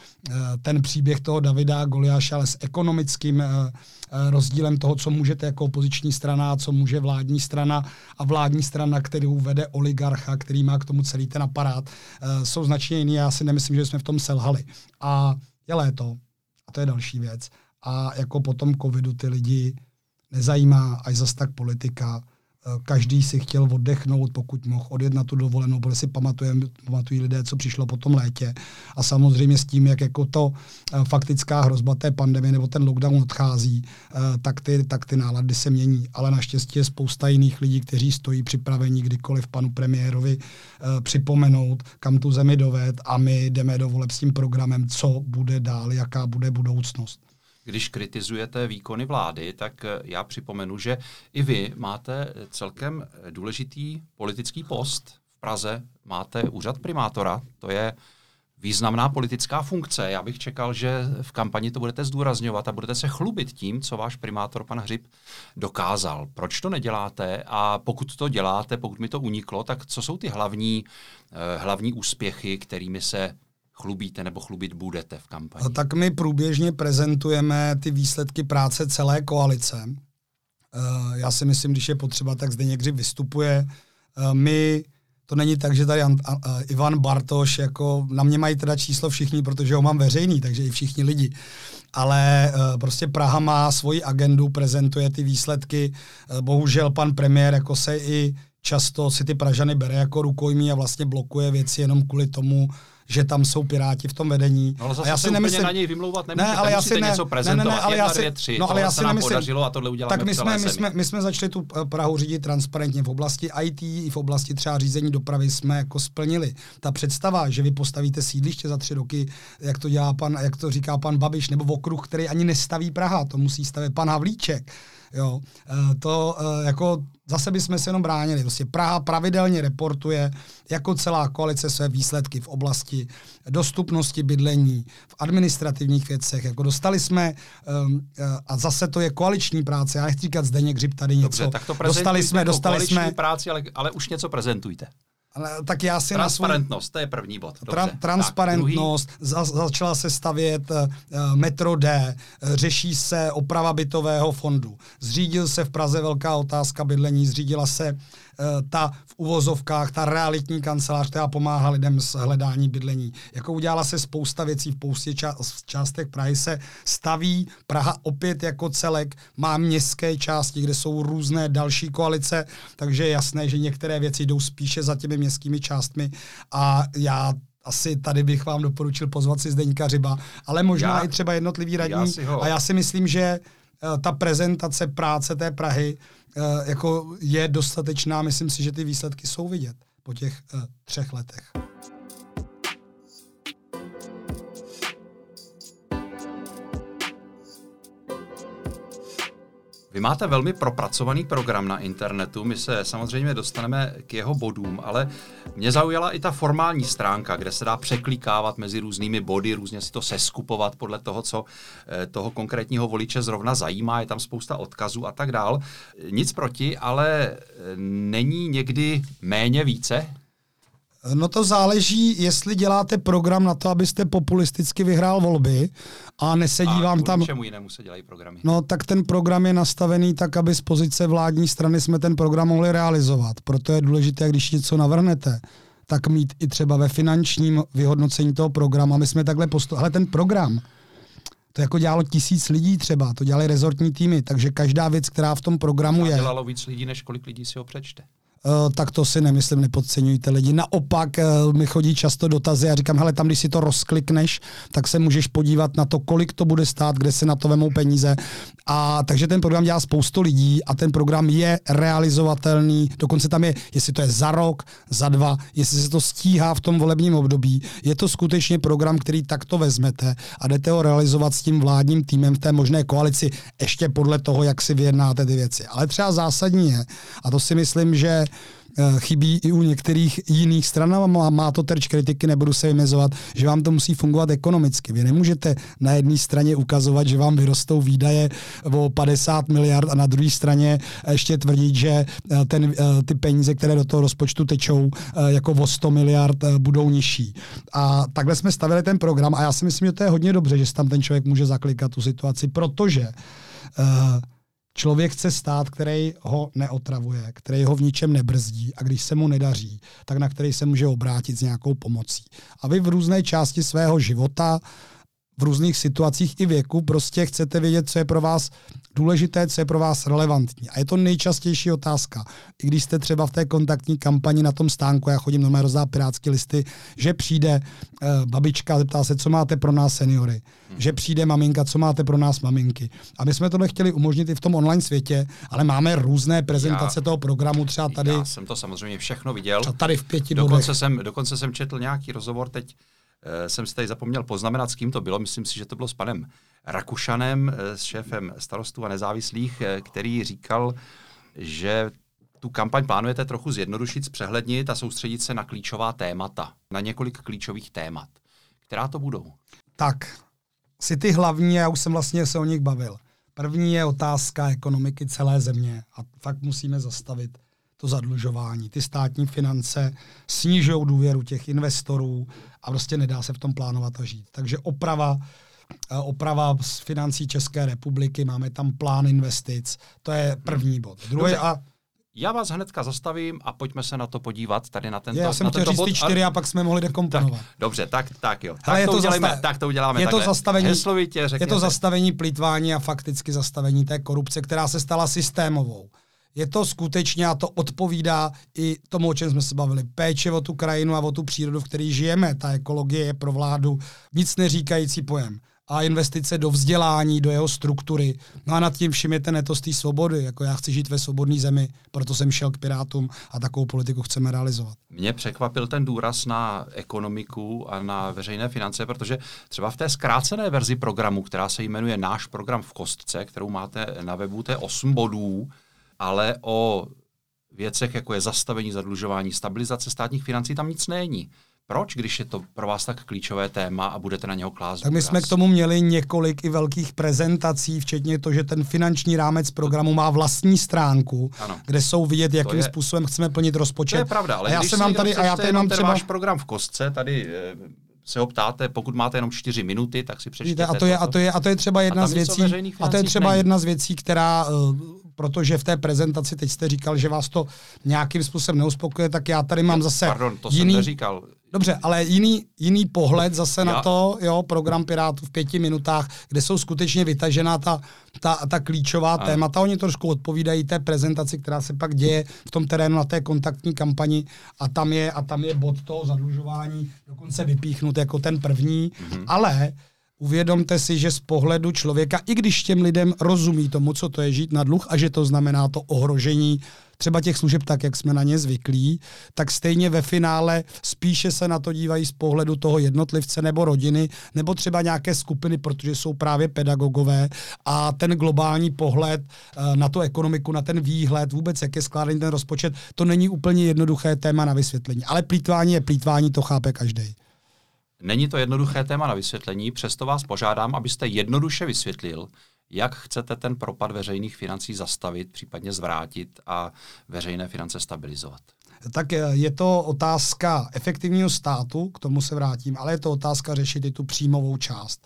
ten příběh toho Davida a Goliáše, ale s ekonomickým rozdílem toho, co můžete jako opoziční strana a co může vládní strana a vládní strana, kterou vede oligarcha, který má k tomu celý ten aparát, jsou značně jiný. Já si nemyslím, že jsme v tom selhali. A je léto, a to je další věc. A jako po tom covidu ty lidi nezajímá až zas tak politika. Každý si chtěl oddechnout, pokud mohl odjet na tu dovolenou, protože si pamatují lidé, co přišlo po tom létě. A samozřejmě s tím, jak jako to faktická hrozba té pandemie nebo ten lockdown odchází, tak ty, tak ty nálady se mění. Ale naštěstí je spousta jiných lidí, kteří stojí připravení kdykoliv panu premiérovi připomenout, kam tu zemi doved, a my jdeme do voleb s tím programem, co bude dál, jaká bude budoucnost. Když kritizujete výkony vlády, tak já připomenu, že i vy máte celkem důležitý politický post v Praze. Máte úřad primátora, to je významná politická funkce. Já bych čekal, že v kampani to budete zdůrazňovat a budete se chlubit tím, co váš primátor pan Hřib dokázal. Proč to neděláte? A pokud to děláte, pokud mi to uniklo, tak co jsou ty hlavní, hlavní úspěchy, kterými se chlubíte nebo chlubit budete v kampani? A tak my průběžně prezentujeme ty výsledky práce celé koalice. Uh, já si myslím, když je potřeba, tak Zdeněk Hřib vystupuje. Uh, my, to není tak, že tady Ant, uh, Ivan Bartoš, jako na mě mají teda číslo všichni, protože ho mám veřejný, takže i všichni lidi. Ale uh, prostě Praha má svoji agendu, prezentuje ty výsledky. Uh, bohužel pan premiér jako se i často si ty Pražany bere jako rukojmí a vlastně blokuje věci jenom kvůli tomu, že tam jsou Piráti v tom vedení. No ale zase a já si nemyslím, na něj vymlouvat nemůžete, ne, ale já si ne, něco prezentovat, ne, ne, ne, ale jedna, já si, dvě, tři, no, ale já si se nám nemyslím, podařilo a tohle uděláme tak my v celé jsme, my, zemi. jsme, my jsme začali tu Prahu řídit transparentně. V oblasti í té i v oblasti třeba řízení dopravy jsme jako splnili. Ta představa, že vy postavíte sídliště za tři roky, jak to dělá pan, jak to říká pan Babiš, nebo v okruh, který ani nestaví Praha, to musí stavět pan Havlíček. Jo. To jako zase bychom se jenom bránili. Prostě Praha pravidelně reportuje jako celá koalice své výsledky v oblasti dostupnosti bydlení, v administrativních věcech. Jako dostali jsme, um, a zase to je koaliční práce, já nechci říkat Zdeněk Hřib tady něco. Dobře, tak to dostali jsme, jako dostali jsme práci, ale, ale už něco prezentujte. Ale, tak já si transparentnost, svůj... to je první bod. Dobře. Tra- transparentnost, za, začala se stavět uh, metro D, uh, řeší se oprava bytového fondu. Zřídil se v Praze velká otázka bydlení, zřídila se uh, ta v uvozovkách, ta realitní kancelář, která pomáhá lidem s hledání bydlení. Jako udělala se spousta věcí v poustě ča- v částech Prahy se staví. Praha opět jako celek má městské části, kde jsou různé další koalice, takže je jasné, že některé věci jdou spíše za těmi městskými částmi a já asi tady bych vám doporučil pozvat si Zdeňka Hřiba, ale možná já, i třeba jednotlivý radní. Já a já si myslím, že uh, ta prezentace práce té Prahy uh, jako je dostatečná. Myslím si, že ty výsledky jsou vidět po těch uh, třech letech. Vy máte velmi propracovaný program na internetu, my se samozřejmě dostaneme k jeho bodům, ale mě zaujala i ta formální stránka, kde se dá překlikávat mezi různými body, různě si to seskupovat podle toho, co toho konkrétního voliče zrovna zajímá, je tam spousta odkazů a tak dál. Nic proti, ale není někdy méně více? No to záleží, jestli děláte program na to, abyste populisticky vyhrál volby a nesedí a vám tam... A čemu jinému se dělají programy? No tak ten program je nastavený tak, aby z pozice vládní strany jsme ten program mohli realizovat. Proto je důležité, když něco navrhnete, tak mít i třeba ve finančním vyhodnocení toho programu. A my jsme takhle postupovali. Ale ten program, to jako dělalo tisíc lidí třeba, to dělali rezortní týmy, takže každá věc, která v tom programu je... Dělalo víc lidí, než kolik lidí si ho přečte. Uh, tak to si nemyslím, nepodceňujte lidi. Naopak uh, mi chodí často dotazy a říkám, hele, tam, když si to rozklikneš, tak se můžeš podívat na to, kolik to bude stát, kde se na to vemou peníze. A takže ten program dělá spoustu lidí a ten program je realizovatelný. Dokonce tam je, jestli to je za rok, za dva, jestli se to stíhá v tom volebním období. Je to skutečně program, který takto vezmete a jdete ho realizovat s tím vládním týmem v té možné koalici, ještě podle toho, jak si vyjednáte ty věci. Ale třeba zásadní je, a to si myslím, že chybí i u některých jiných stran, má, má to terč kritiky, nebudu se vymezovat, že vám to musí fungovat ekonomicky. Vy nemůžete na jedné straně ukazovat, že vám vyrostou výdaje o padesát miliard a na druhé straně ještě tvrdit, že ten, ty peníze, které do toho rozpočtu tečou jako o sto miliard, budou nižší. A takhle jsme stavili ten program a já si myslím, že to je hodně dobře, že tam ten člověk může zaklikat tu situaci, protože uh, člověk chce stát, který ho neotravuje, který ho v ničem nebrzdí a když se mu nedaří, tak na který se může obrátit s nějakou pomocí. A vy v různé části svého života, v různých situacích i věku prostě chcete vědět, co je pro vás důležité, co je pro vás relevantní. A je to nejčastější otázka. I když jste třeba v té kontaktní kampani na tom stánku, já chodím normálně rozdát pirátské listy, že přijde uh, babička a zeptá se, co máte pro nás seniory. Hmm. Že přijde maminka, co máte pro nás maminky. A my jsme tohle chtěli umožnit i v tom online světě, ale máme různé prezentace já, toho programu, třeba tady. Já jsem to samozřejmě všechno viděl. A tady v pěti dokonce jsem, dokonce jsem četl nějaký rozhovor teď. Jsem si tady zapomněl poznamenat, s kým to bylo. Myslím si, že to bylo s panem Rakušanem, s šéfem Starostů a nezávislých, který říkal, že tu kampaň plánujete trochu zjednodušit, zpřehlednit a soustředit se na klíčová témata, na několik klíčových témat. Která to budou? Tak, si ty hlavní, já už jsem vlastně se o nich bavil. První je otázka ekonomiky celé země a fakt musíme zastavit to zadlužování. Ty státní finance snižují důvěru těch investorů a prostě nedá se v tom plánovat a žít. Takže oprava, oprava z financí České republiky, máme tam plán investic, to je první bod. Druhý a já vás hnedka zastavím a pojďme se na to podívat tady na tento bod. Já jsem chtěl říct ty čtyři a pak jsme mohli dekomponovat. Tak, dobře, tak, tak jo. Tak to, to, uděláme, zastav... tak to uděláme je to takhle. Zastavení, heslovitě řekněte. Je to zastavení plýtvání a fakticky zastavení té korupce, která se stala systémovou. Je to skutečně, a to odpovídá i tomu, o čem jsme se bavili, péče o tu krajinu a o tu přírodu, v které žijeme. Ta ekologie je pro vládu nic neříkající pojem. a investice do vzdělání, do jeho struktury. No a nad tím vším je ten etos té svobody. Jako já chci žít ve svobodné zemi, proto jsem šel k Pirátům a takovou politiku chceme realizovat. Mě překvapil ten důraz na ekonomiku a na veřejné finance, protože třeba v té zkrácené verzi programu, která se jmenuje Náš program v kostce, kterou máte na webu, to je osm bodů, ale o věcech, jako je zastavení zadlužování, stabilizace státních financí, tam nic není. Proč, když je to pro vás tak klíčové téma a budete na něho klást Tak my důraz? jsme k tomu měli několik i velkých prezentací, včetně to, že ten finanční rámec programu má vlastní stránku, ano. kde jsou vidět, jakým je, způsobem chceme plnit rozpočet. To je pravda, ale a já když jsem vám tady, a já tady mám třeba váš program v kostce, tady e, se ho ptáte, pokud máte jenom čtyři minuty, tak si přečtěte. A to je, a to je, a to je třeba jedna z věcí, a to je třeba není. jedna z věcí, která, uh, protože v té prezentaci teď jste říkal, že vás to nějakým způsobem neuspokuje, tak já tady mám zase Pardon, to jiný... jsem neříkal. Dobře, ale jiný, jiný pohled zase já. na to, jo, program Pirátů v pěti minutách, kde jsou skutečně vytažená ta, ta, ta klíčová ano. témata. Oni trošku odpovídají té prezentaci, která se pak děje v tom terénu na té kontaktní kampani a tam je, a tam je bod toho zadlužování dokonce vypíchnut jako ten první, mhm. ale uvědomte si, že z pohledu člověka, i když těm lidem rozumí tomu, co to je žít na dluh a že to znamená to ohrožení třeba těch služeb tak, jak jsme na ně zvyklí, tak stejně ve finále spíše se na to dívají z pohledu toho jednotlivce nebo rodiny, nebo třeba nějaké skupiny, protože jsou právě pedagogové a ten globální pohled na tu ekonomiku, na ten výhled, vůbec jak je skládaný ten rozpočet, to není úplně jednoduché téma na vysvětlení. Ale plýtvání je plýtvání, to chápe každý. Není to jednoduché téma na vysvětlení, přesto vás požádám, abyste jednoduše vysvětlil, jak chcete ten propad veřejných financí zastavit, případně zvrátit a veřejné finance stabilizovat. Tak je to otázka efektivního státu, k tomu se vrátím, ale je to otázka řešit i tu příjmovou část.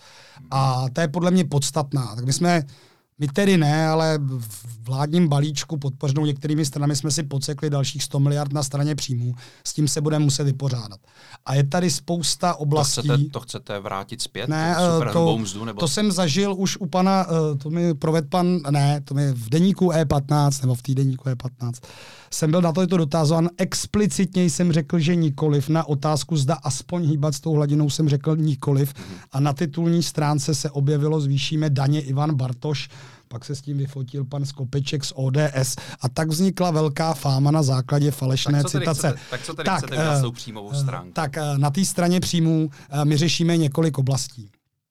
A to je podle mě podstatná. Tak my jsme My tedy ne, ale v vládním balíčku podpořenou některými stranami jsme si podsekli dalších sto miliard na straně příjmů. S tím se budeme muset vypořádat. A je tady spousta oblastí... To chcete, to chcete vrátit zpět? Ne, to, mzdu, nebo... to jsem zažil už u pana, to mi provedl pan, ne, to mi v deníku E patnáct, nebo v týdeníku E patnáct, jsem byl na to, je to dotázován. Explicitně jsem řekl, že nikoliv. Na otázku, zda aspoň hýbat s tou hladinou, jsem řekl nikoliv. Mm-hmm. A na titulní stránce se objevilo zvýšíme daně Ivan Bartoš, pak se s tím vyfotil pan Skopeček z O D S a tak vznikla velká fáma na základě falešné tak citace. Chcete, tak co tedy tak, chcete dělat s tou příjmovou stránkou? Tak na té straně příjmů my řešíme několik oblastí.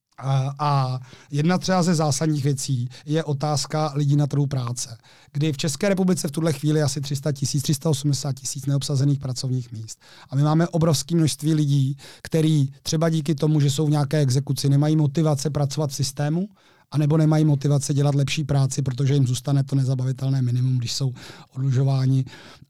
A, a jedna třeba ze zásadních věcí je otázka lidí na trhu práce, kdy v České republice v tuhle chvíli asi tři sta tisíc, tři sta osmdesát tisíc neobsazených pracovních míst. A my máme obrovské množství lidí, kteří třeba díky tomu, že jsou v nějaké exekuci, nemají motivace pracovat v systému, anebo nemají motivace dělat lepší práci, protože jim zůstane to nezabavitelné minimum, když jsou odlužováni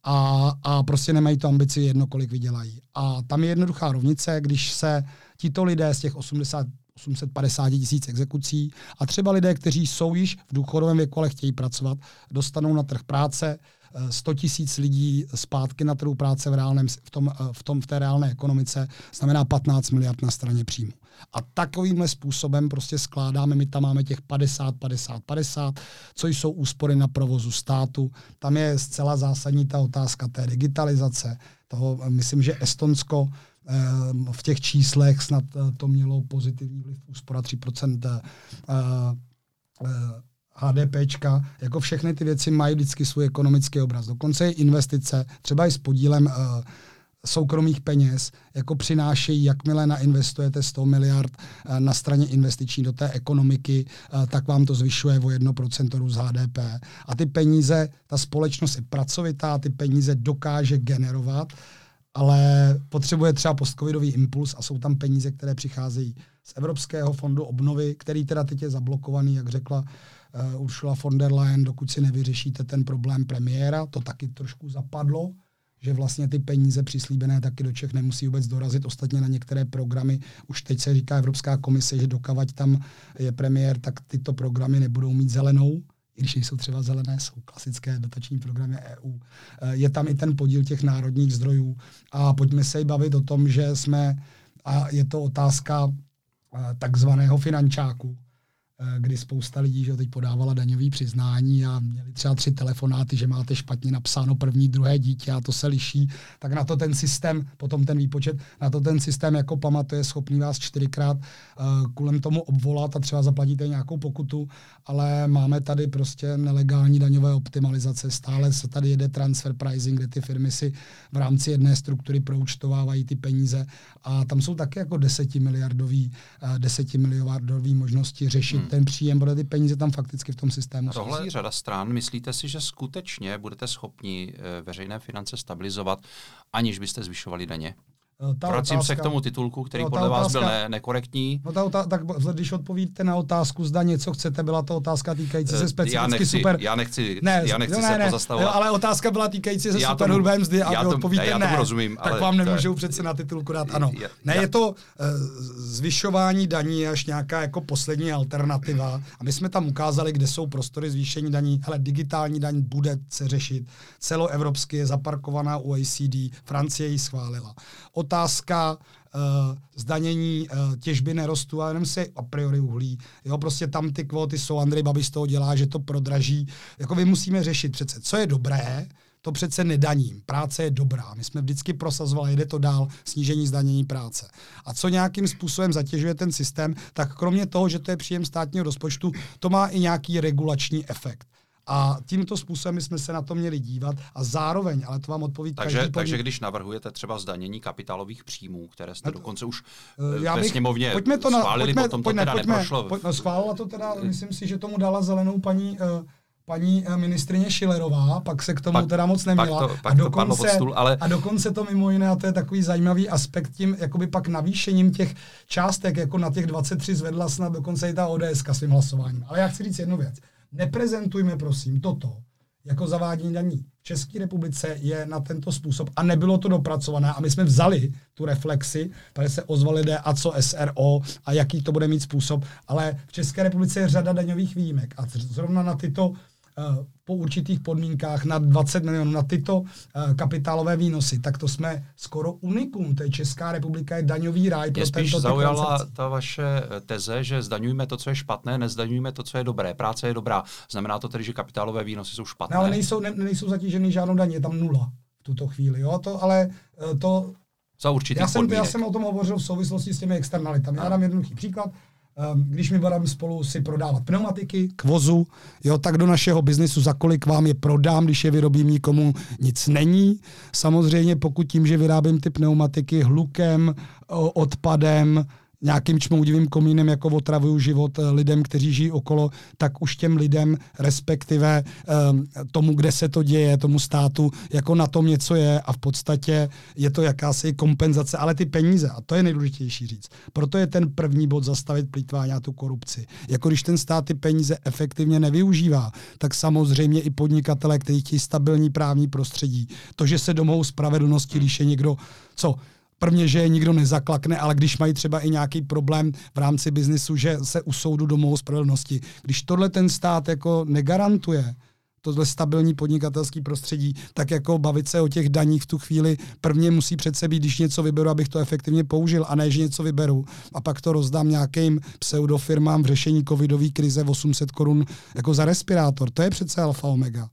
a, a prostě nemají tu ambici jedno, kolik vydělají. A tam je jednoduchá rovnice, když se tito lidé z těch osmdesát osm set padesát tisíc exekucí a třeba lidé, kteří jsou již v důchodovém věku, ale chtějí pracovat, dostanou na trh práce, sto tisíc lidí zpátky na trhu práce v, reálném, v, tom, v, tom, v té reálné ekonomice, znamená patnáct miliard na straně příjmu. A takovýmhle způsobem prostě skládáme, my tam máme těch padesát, padesát, padesát, co jsou úspory na provozu státu. Tam je zcela zásadní ta otázka té digitalizace. Toho, myslím, že Estonsko v těch číslech snad to mělo pozitivní vliv, úspora tři procenta HDPčka, jako všechny ty věci mají vždycky svůj ekonomický obraz. Dokonce i investice, třeba i s podílem uh, soukromých peněz, jako přinášejí, jakmile nainvestujete sto miliard uh, na straně investiční do té ekonomiky, uh, tak vám to zvyšuje o jedno procento růst H D P. A ty peníze, ta společnost je pracovitá, ty peníze dokáže generovat, ale potřebuje třeba postcovidový impuls a jsou tam peníze, které přicházejí z Evropského fondu obnovy, který teda teď je zablokovaný, jak řekla uh, Ursula von der Leyen, dokud si nevyřešíte ten problém premiéra. To taky trošku zapadlo, že vlastně ty peníze přislíbené taky do Čech nemusí vůbec dorazit. Ostatně na některé programy, už teď se říká Evropská komise, že dokavať tam je premiér, tak tyto programy nebudou mít zelenou, i když jsou třeba zelené, jsou klasické dotační programy E U. Je tam i ten podíl těch národních zdrojů. A pojďme se i bavit o tom, že jsme, a je to otázka takzvaného finančáku, kdy spousta lidí, že teď podávala daňový přiznání a měli třeba tři telefonáty, že máte špatně napsáno první, druhé dítě a to se liší, tak na to ten systém, potom ten výpočet, na to ten systém jako pamatuje, schopný vás čtyřikrát uh, kvůli tomu obvolat a třeba zaplatíte nějakou pokutu, ale máme tady prostě nelegální daňové optimalizace, stále se tady jede transfer pricing, kde ty firmy si v rámci jedné struktury proúčtovávají ty peníze a tam jsou taky jako desetimiliardový, uh, desetimiliardový možnosti řešit hmm. ten příjem, protože ty peníze tam fakticky v tom systému jsou. Tohle je řada stran. Myslíte si, že skutečně budete schopni veřejné finance stabilizovat, aniž byste zvyšovali daně? Vracím se k tomu titulku, který no, podle otázka, vás byl ne- nekorektní. No ta otázka, tak když odpovíte na otázku, zda něco chcete, byla to otázka týkající se specificky já nechci, super... Já nechci, ne, já nechci ne, se ne, pozastavovat. Ale otázka byla týkající se já superhrubé mzdy a vy tom, odpovíte já ne. tomu rozumím, tak ale vám nemůžou přece na titulku dát ano. Je, ne, já, je to uh, zvyšování daní až nějaká jako poslední alternativa. A my jsme tam ukázali, kde jsou prostory zvýšení daní. Hele, digitální daň bude se řešit. Celoevropsky je zaparkovaná u O E C D. Francie ji schválila. Otázka Uh, zdanění uh, těžby nerostů a jenom se a priori uhlí. Jo, prostě tam ty kvóty jsou, Andrej Babiš z toho dělá, že to prodraží. Jako my musíme řešit přece, co je dobré, to přece nedaním. Práce je dobrá. My jsme vždycky prosazovali, jde to dál, snížení zdanění práce. A co nějakým způsobem zatěžuje ten systém, tak kromě toho, že to je příjem státního rozpočtu, to má i nějaký regulační efekt. A tímto způsobem jsme se na to měli dívat a zároveň, ale to vám odpoví takže, každý takže když navrhujete třeba zdanění kapitálových příjmů, které jste no, dokonce už já bych, ve sněmovně pojďme to na, schválili, pojďme, potom pojďme, to teda pojďme, neprošlo. Pojďme, schválila to teda, myslím si, že tomu dala zelenou paní, uh, paní uh, ministryně Schillerová, pak se k tomu pak, teda moc neměla. Pak to, pak a, dokonce, to padlo pod stůl, ale... a dokonce to mimo jiné, a to je takový zajímavý aspekt tím, jakoby pak navýšením těch částek, jako na těch dvacet tři zvedla snad dokonce i ta O D S ka svým hlasováním. Ale já chci říct jednu věc. Neprezentujme prosím toto jako zavádění daní. V České republice je na tento způsob a nebylo to dopracované a my jsme vzali tu reflexi, protože se ozvali lidé a co S R O a jaký to bude mít způsob, ale v České republice je řada daňových výjimek a zrovna na tyto Uh, po určitých podmínkách na dvacet milionů na tyto uh, kapitálové výnosy, tak to jsme skoro unikum. To je Česká republika, je daňový ráj pro tento typ transakcí. Mě spíš zaujala ta vaše teze, že zdaňujeme to, co je špatné, nezdaňujeme to, co je dobré. Práce je dobrá. Znamená to tedy, že kapitálové výnosy jsou špatné? No, ale nejsou, ne, nejsou zatížený žádnou daní, je tam nula v tuto chvíli. Jo? To, ale uh, to... Za určitých já jsem, podmínek. Já jsem o tom hovořil v souvislosti s těmi externalitami. Já dám jednoduchý příklad. Když my budeme spolu si prodávat pneumatiky k vozu, jo, tak do našeho biznisu za kolik vám je prodám, když je vyrobím, nikomu nic není. Samozřejmě pokud tím, že vyrábím ty pneumatiky hlukem, odpadem, nějakým čmoudivým komínem, jako otravuju život lidem, kteří žijí okolo, tak už těm lidem, respektive um, tomu, kde se to děje, tomu státu, jako na tom něco je a v podstatě je to jakási kompenzace, ale ty peníze, a to je nejdůležitější říct. Proto je ten první bod zastavit plýtvání a tu korupci. Jako když ten stát ty peníze efektivně nevyužívá, tak samozřejmě i podnikatele, kteří chtějí stabilní právní prostředí, to, že se domohou spravedlnosti, když je někdo, co prvně, že je nikdo nezaklakne, ale když mají třeba i nějaký problém v rámci biznisu, že se u soudu domohou spravedlnosti. Když tohle ten stát jako negarantuje, tohle stabilní podnikatelský prostředí, tak jako bavit se o těch daních v tu chvíli prvně musí přece být, když něco vyberu, abych to efektivně použil, a ne, že něco vyberu a pak to rozdám nějakým pseudofirmám v řešení covidové krize osm set korun jako za respirátor. To je přece alfa omega.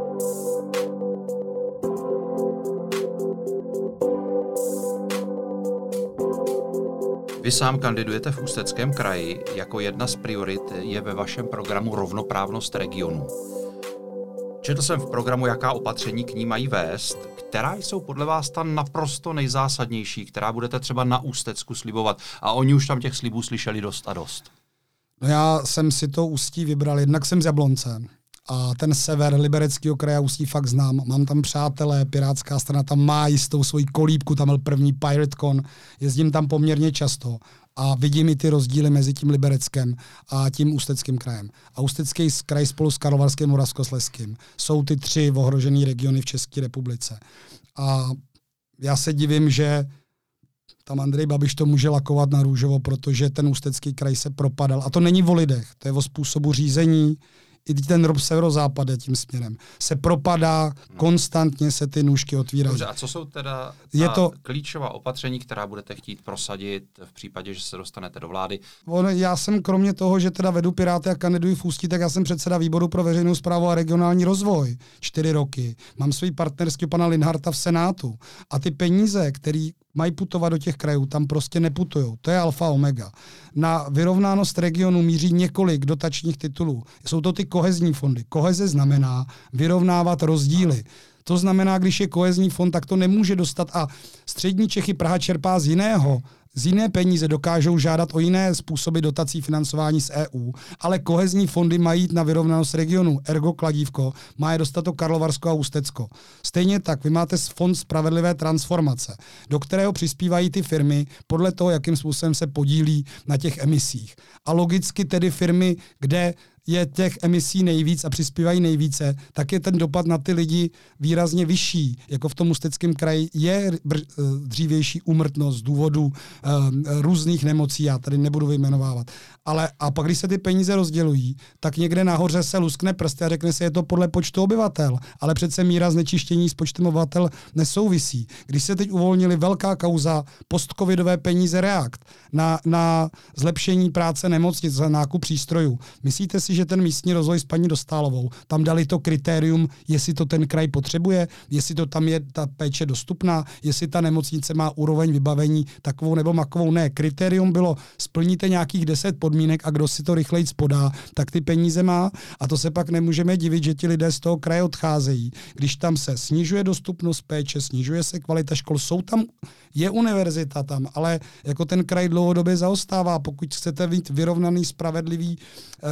Vy sám kandidujete v Ústeckém kraji. Jako jedna z priorit je ve vašem programu rovnoprávnost regionů. Četl jsem v programu, jaká opatření k ní mají vést. Která jsou podle vás ta naprosto nejzásadnější, která budete třeba na Ústecku slibovat? A oni už tam těch slibů slyšeli dost a dost. No já jsem si to Ústí vybral. Jednak jsem z Jablonce. A ten sever Libereckého kraje Ústí fakt znám. Mám tam přátelé, Pirátská strana tam má jistou svoji kolíbku, tam byl první PirateCon, jezdím tam poměrně často a vidím i ty rozdíly mezi tím Libereckém a tím Ústeckým krajem. A Ústecký kraj spolu s Karlovarským, Moravskoslezským jsou ty tři ohrožené regiony v České republice. A já se divím, že tam Andrej Babiš to může lakovat na růžovo, protože ten Ústecký kraj se propadal. A to není o lidech, to je o způsobu řízení, i ten severozápad je tím směrem. Se propadá, hmm. konstantně se ty nůžky otvírají. Dobře, a co jsou teda je to klíčová opatření, která budete chtít prosadit v případě, že se dostanete do vlády? On, já jsem kromě toho, že teda vedu Piráty a kandiduji v Ústí, tak já jsem předseda výboru pro veřejnou správu a regionální rozvoj čtyři roky. Mám svůj partnerský pana Linharta v Senátu a ty peníze, které mají putovat do těch krajů, tam prostě neputujou. To je alfa omega. Na vyrovnánost regionu míří několik dotačních titulů. Jsou to ty kohezní fondy. Koheze znamená vyrovnávat rozdíly. To znamená, když je kohezní fond, tak to nemůže dostat a střední Čechy Praha čerpá z jiného. Z jiné peníze dokážou žádat o jiné způsoby dotací financování z E U, ale kohezní fondy mají jít na vyrovnanost regionu. Ergo Kladívko má je dostat to Karlovarsko a Ústecko. Stejně tak, vy máte fond spravedlivé transformace, do kterého přispívají ty firmy podle toho, jakým způsobem se podílí na těch emisích. A logicky tedy firmy, kde je těch emisí nejvíc a přispívají nejvíce, tak je ten dopad na ty lidi výrazně vyšší. Jako v tom Ústeckém kraji je dřívější úmrtnost z důvodu uh, různých nemocí, já tady nebudu vyjmenovávat. Ale a pak, když se ty peníze rozdělují, tak někde nahoře se luskne prsty a řekne se, je to podle počtu obyvatel. Ale přece míra znečištění s počtem obyvatel nesouvisí. Když se teď uvolnili velká kauza postcovidové peníze React na, na zlepšení práce nemocnic, za nákup přístrojů, myslíte si, že ten místní rozvoj s paní Dostálovou, tam dali to kritérium, jestli to ten kraj potřebuje, jestli to tam je ta péče dostupná, jestli ta nemocnice má úroveň vybavení takovou nebo makovou. Ne, kritérium bylo, splníte nějakých deset podmínek a kdo si to rychleji podá, tak ty peníze má a to se pak nemůžeme divit, že ti lidé z toho kraje odcházejí. Když tam se snižuje dostupnost péče, snižuje se kvalita škol, jsou tam, je univerzita tam, ale jako ten kraj dlouhodobě zaostává. Pokud chcete být vyrovnaný, spravedlivý uh,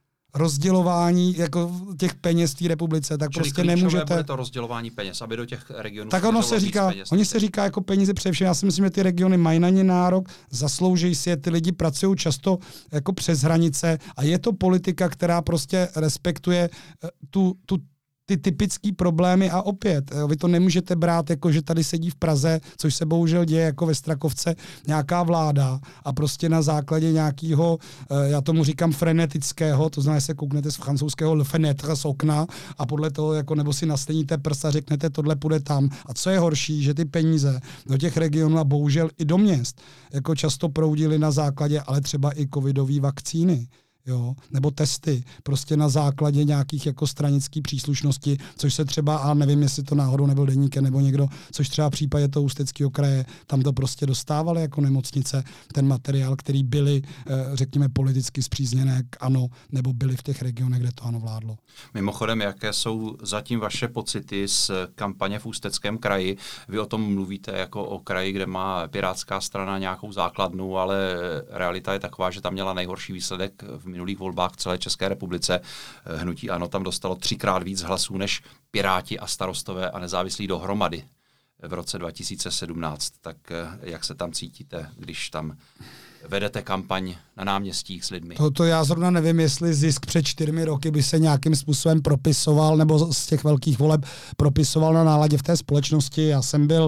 rozdělování jako těch peněz v té republice, tak Čili prostě nemůžete. Bude to rozdělování peněz, aby do těch regionů. Tak ono se říká, peněz, oni se říká jako peníze především. Já si myslím, že ty regiony mají na ně nárok, zaslouží si je, ty lidi pracují často jako přes hranice a je to politika, která prostě respektuje tu, tu ty typické problémy a opět, vy to nemůžete brát jako, že tady sedí v Praze, což se bohužel děje jako ve Strakovce, nějaká vláda a prostě na základě nějakého, já tomu říkám frenetického, to znamená, že se kouknete z francouzského le fenêtre z okna a podle toho, jako, nebo si nasteníte prst a řeknete, tohle půjde tam. A co je horší, že ty peníze do těch regionů a bohužel i do měst jako často proudily na základě, ale třeba i covidové vakcíny. Jo, nebo testy, prostě na základě nějakých jako stranický příslušnosti, což se třeba, a nevím, jestli to náhodou nebyl Deníkem nebo někdo, což třeba v případě toho Ústeckého kraje, tam to prostě dostávali jako nemocnice, ten materiál, který byly, řekněme, politicky spřízněné k ANO, nebo byly v těch regionech, kde to ANO vládlo. Mimochodem, jaké jsou zatím vaše pocity z kampaně v Ústeckém kraji? Vy o tom mluvíte jako o kraji, kde má Pirátská strana nějakou základnu, ale realita je taková, že tam měla nejhorší výsledek v minulých volbách v celé České republice. Hnutí ANO tam dostalo třikrát víc hlasů než Piráti a Starostové a nezávislí dohromady v roce dva tisíce sedmnáct. Tak jak se tam cítíte, když tam vedete kampaň na náměstích s lidmi? To, to já zrovna nevím, jestli zisk před čtyřmi roky by se nějakým způsobem propisoval, nebo z těch velkých voleb propisoval na náladě v té společnosti. Já jsem byl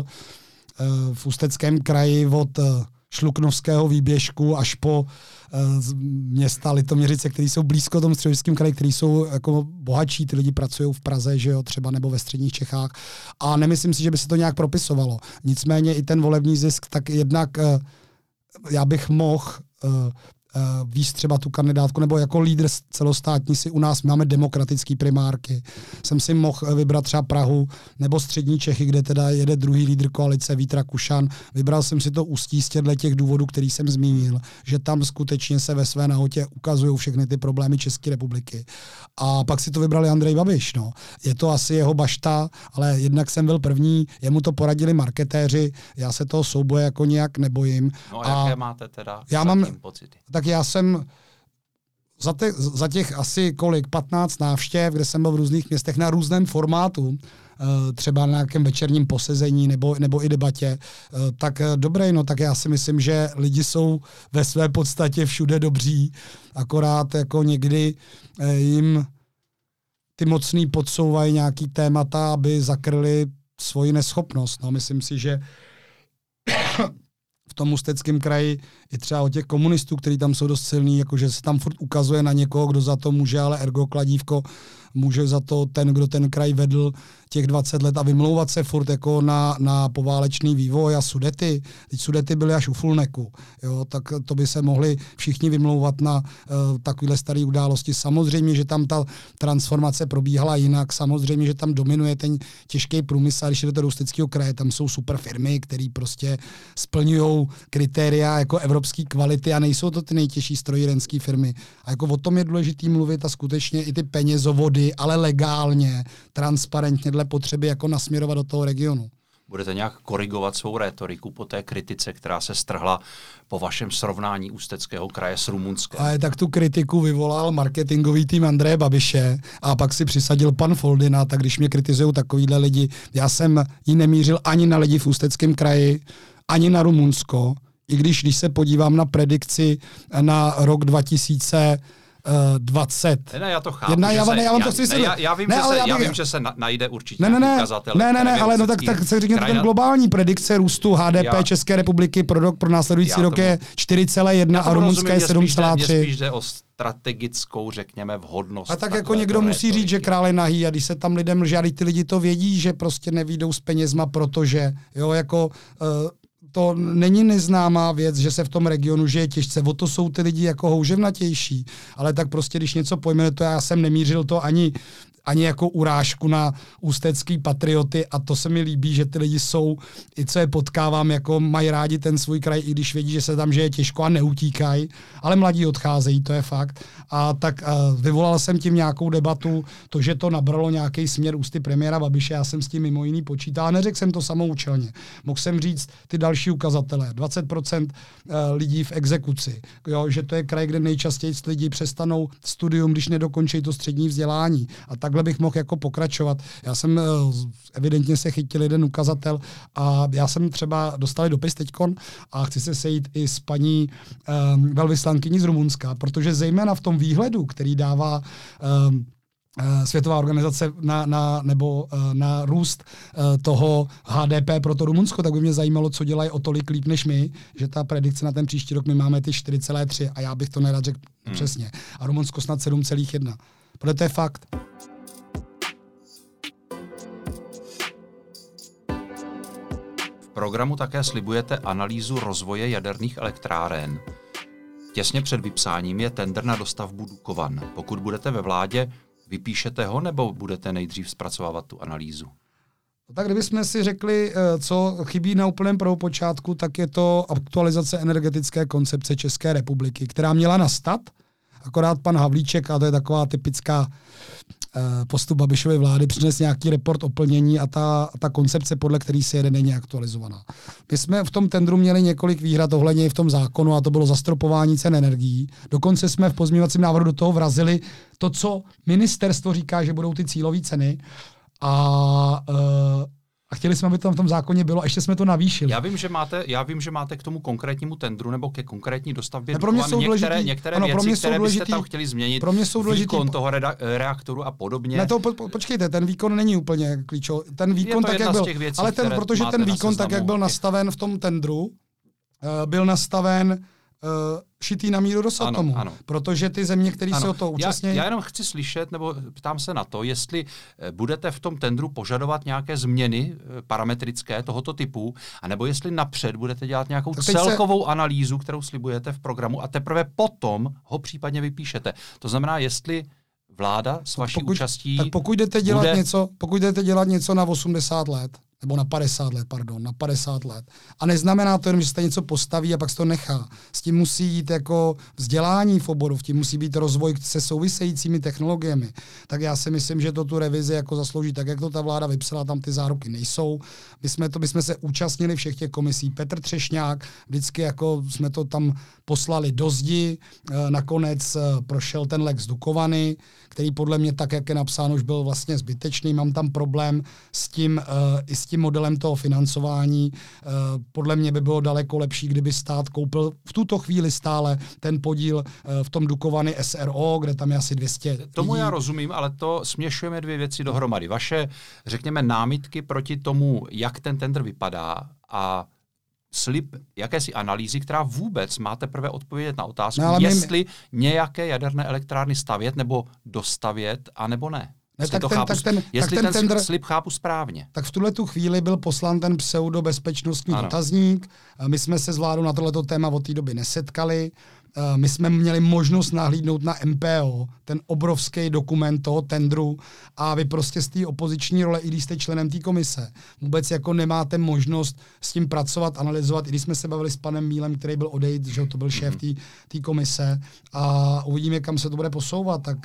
uh, v Ústeckém kraji od uh, Šluknovského výběžku až po z města Litoměřice, které jsou blízko tomu Středočeském kraji, které jsou jako bohatší, ty lidi pracují v Praze, že jo, třeba nebo ve středních Čechách. A nemyslím si, že by se to nějak propisovalo. Nicméně i ten volební zisk, tak jednak já bych mohl Uh, víc třeba tu kandidátku, nebo jako lídr celostátní si u nás máme demokratický primárky. Jsem si mohl vybrat třeba Prahu nebo střední Čechy, kde teda jede druhý lídr koalice Vít Rakušan. Vybral jsem si to Ústí z těch důvodů, který jsem zmínil, že tam skutečně se ve své nahotě ukazují všechny ty problémy České republiky. A pak si to vybrali Andrej Babiš. No. Je to asi jeho bašta, ale jednak jsem byl první, jemu to poradili marketéři, já se toho souboje jako nějak nebojím. No a, a jaké máte teda já mám pocity? Tak já jsem za, te, za těch asi kolik, patnáct návštěv, kde jsem byl v různých městech na různém formátu, třeba na nějakém večerním posezení nebo, nebo i debatě, tak dobré, no tak já si myslím, že lidi jsou ve své podstatě všude dobří, akorát jako někdy jim ty mocný podsouvají nějaký témata, aby zakryli svoji neschopnost. No, myslím si, že v tom Ústeckém kraji i třeba o těch komunistů, kteří tam jsou dost silní, jakože se tam furt ukazuje na někoho, kdo za to může, ale ergo kladívko může za to ten, kdo ten kraj vedl těch dvacet let a vymlouvat se furt jako na, na poválečný vývoj a Sudety. Teď Sudety byly až u Fulneku, jo, tak to by se mohli všichni vymlouvat na uh, takovéhle staré události. Samozřejmě, že tam ta transformace probíhala jinak, samozřejmě, že tam dominuje ten těžký průmysl, a když jdete do Ústeckého kraje, tam jsou super firmy, které prostě splňují kritéria jako evropské kvality a nejsou to ty nejtěžší strojírenské firmy. A jako o tom je důležité mluvit a skutečně i ty penězovody, ale legálně, transparentně dle potřeby jako nasměrovat do toho regionu. Budete nějak korigovat svou rétoriku po té kritice, která se strhla po vašem srovnání Ústeckého kraje s Rumunskem? Ale tak tu kritiku vyvolal marketingový tým Andreje Babiše a pak si přisadil pan Foldina, tak když mě kritizují takovýhle lidi, já jsem ji nemířil ani na lidi v Ústeckém kraji, ani na Rumunsko, i když, když se podívám na predikci na rok dva tisíce dvacet. Ne, ne, já to chápu. Jedna, já, se, ne, já, vám já, to chci ne, já, já, vím, ne, že se, já, já bych... vím, že se na, najde určitě ne, ne, ne, ukazatel. Ne, ne, ne, ale no tak, tak se řekněte ten globální predikce růstu H D P já, České republiky pro rok pro následující rok je čtyři celá jedna a rumunské je sedm celá tři. Mě spíš jde o strategickou, řekněme, vhodnost. A tak jako někdo musí říct, že král je nahý a když se tam lidem lže, a ty lidi to vědí, že prostě nevyjdou s penězma, protože jo, jako uh, to není neznámá věc, že se v tom regionu žije těžce. O to jsou ty lidi jako houževnatější. Ale tak prostě, když něco pojmenuje, to já jsem nemířil to ani, ani jako urážku na ústecký patrioty a to se mi líbí, že ty lidi jsou, i co je potkávám, jako mají rádi ten svůj kraj, i když vědí, že se tam žije těžko a neutíkají, ale mladí odcházejí, to je fakt. A tak uh, vyvolal jsem tím nějakou debatu, to, že to nabralo nějaký směr ústy premiéra Babiše, já jsem s tím mimo jiný počítal, neřekl jsem to samoučelně. Mohl jsem říct ty další ukazatele, dvacet procent lidí v exekuci, jo, že to je kraj, kde nejčastěji lidi přestanou studium, když nedokončí to střední vzdělání. A takhle bych mohl jako pokračovat. Já jsem evidentně se chytil jeden ukazatel a já jsem třeba dostal dopis teďkon a chci se sejít i s paní um, velvyslankyní z Rumunska, protože zejména v tom výhledu, který dává um, Světová organizace na, na, nebo na růst toho H D P pro to Rumunsko, tak by mě zajímalo, co dělají o tolik líp než my, že ta predikce na ten příští rok, my máme ty čtyři celá tři a já bych to nerad řekl hmm. přesně. A Rumunsko snad sedm celá jedna. Protože to je fakt. V programu také slibujete analýzu rozvoje jaderných elektráren. Těsně před vypsáním je tendr na dostavbu Dukovan. Pokud budete ve vládě, vypíšete ho, nebo budete nejdřív zpracovávat tu analýzu? Tak kdybychom si řekli, co chybí na úplném prvopočátku, tak je to aktualizace energetické koncepce České republiky, která měla nastat, akorát pan Havlíček, a to je taková typická postup Babišovy vlády, přines nějaký report o plnění a ta, ta koncepce, podle který se jede, není aktualizovaná. My jsme v tom tendru měli několik výhrad ohledně i v tom zákonu a to bylo zastropování cen energií. Dokonce jsme v pozměňovacím návrhu do toho vrazili to, co ministerstvo říká, že budou ty cílové ceny a uh, A chtěli jsme, aby to v tom zákoně bylo, a ještě jsme to navýšili. Já vím, že máte, já vím, že máte k tomu konkrétnímu tendru nebo ke konkrétní dostavbě pro mě jsou některé, důležitý, některé ano, věci, pro mě které důležitý, byste tam chtěli změnit, pro mě jsou důležitý, výkon toho reda, reaktoru a podobně. Ne, to po, po, počkejte, ten výkon není úplně klíčový. Ten výkon tak, jak byl, věcí, ale ten, protože ten výkon tak, jak byl nastaven v tom tendru, uh, byl nastaven uh, šitý na míru Rosatomu, ano, ano. Protože ty země, které se o to účastní... Já, já jenom chci slyšet, nebo ptám se na to, jestli budete v tom tendru požadovat nějaké změny parametrické tohoto typu, anebo jestli napřed budete dělat nějakou celkovou se... analýzu, kterou slibujete v programu a teprve potom ho případně vypíšete. To znamená, jestli vláda s vaší pokud, účastí... Tak pokud jdete dělat bude... něco, pokud jdete dělat něco na osmdesát let, nebo na padesát let, pardon, na padesát let. A neznamená to jenom, že se něco postaví a pak se to nechá. S tím musí jít jako vzdělání v oboru, v tím musí být rozvoj se souvisejícími technologiemi. Tak já si myslím, že to tu revizi jako zaslouží, tak jak to ta vláda vypsala, tam ty záruky nejsou. My jsme, to, my jsme se účastnili všech těch komisí. Petr Třešňák, vždycky jako jsme to tam poslali do zdi, nakonec prošel ten lex Dukovany, který podle mě tak, jak je napsáno, už byl vlastně zbytečný. Mám tam problém s tím, uh, i s tím modelem toho financování. Uh, podle mě by bylo daleko lepší, kdyby stát koupil v tuto chvíli stále ten podíl uh, v tom Dukovany S R O, kde tam je asi dvě stě Tomu lidí. Já rozumím, ale to směšujeme dvě věci dohromady. Vaše, řekněme, námitky proti tomu, jak ten tendr vypadá a slib jakési analýzy, která vůbec má teprve odpovědět na otázku, no, jestli my... nějaké jaderné elektrárny stavět nebo dostavět, anebo ne. Ne, tak to ten, chápu, tak ten, jestli tak ten, ten tendr, slib chápu správně. Tak v tuhle tu chvíli byl poslán ten pseudobezpečnostní ano. dotazník. My jsme se s vládou na tohleto téma od té doby nesetkali. My jsme měli možnost nahlídnout na M P O, ten obrovský dokument toho tendru, a vy prostě z té opoziční role, i když jste členem té komise, vůbec jako nemáte možnost s tím pracovat, analyzovat. I když jsme se bavili s panem Mílem, který byl odejít, že to byl šéf té komise, a uvidíme, kam se to bude posouvat, tak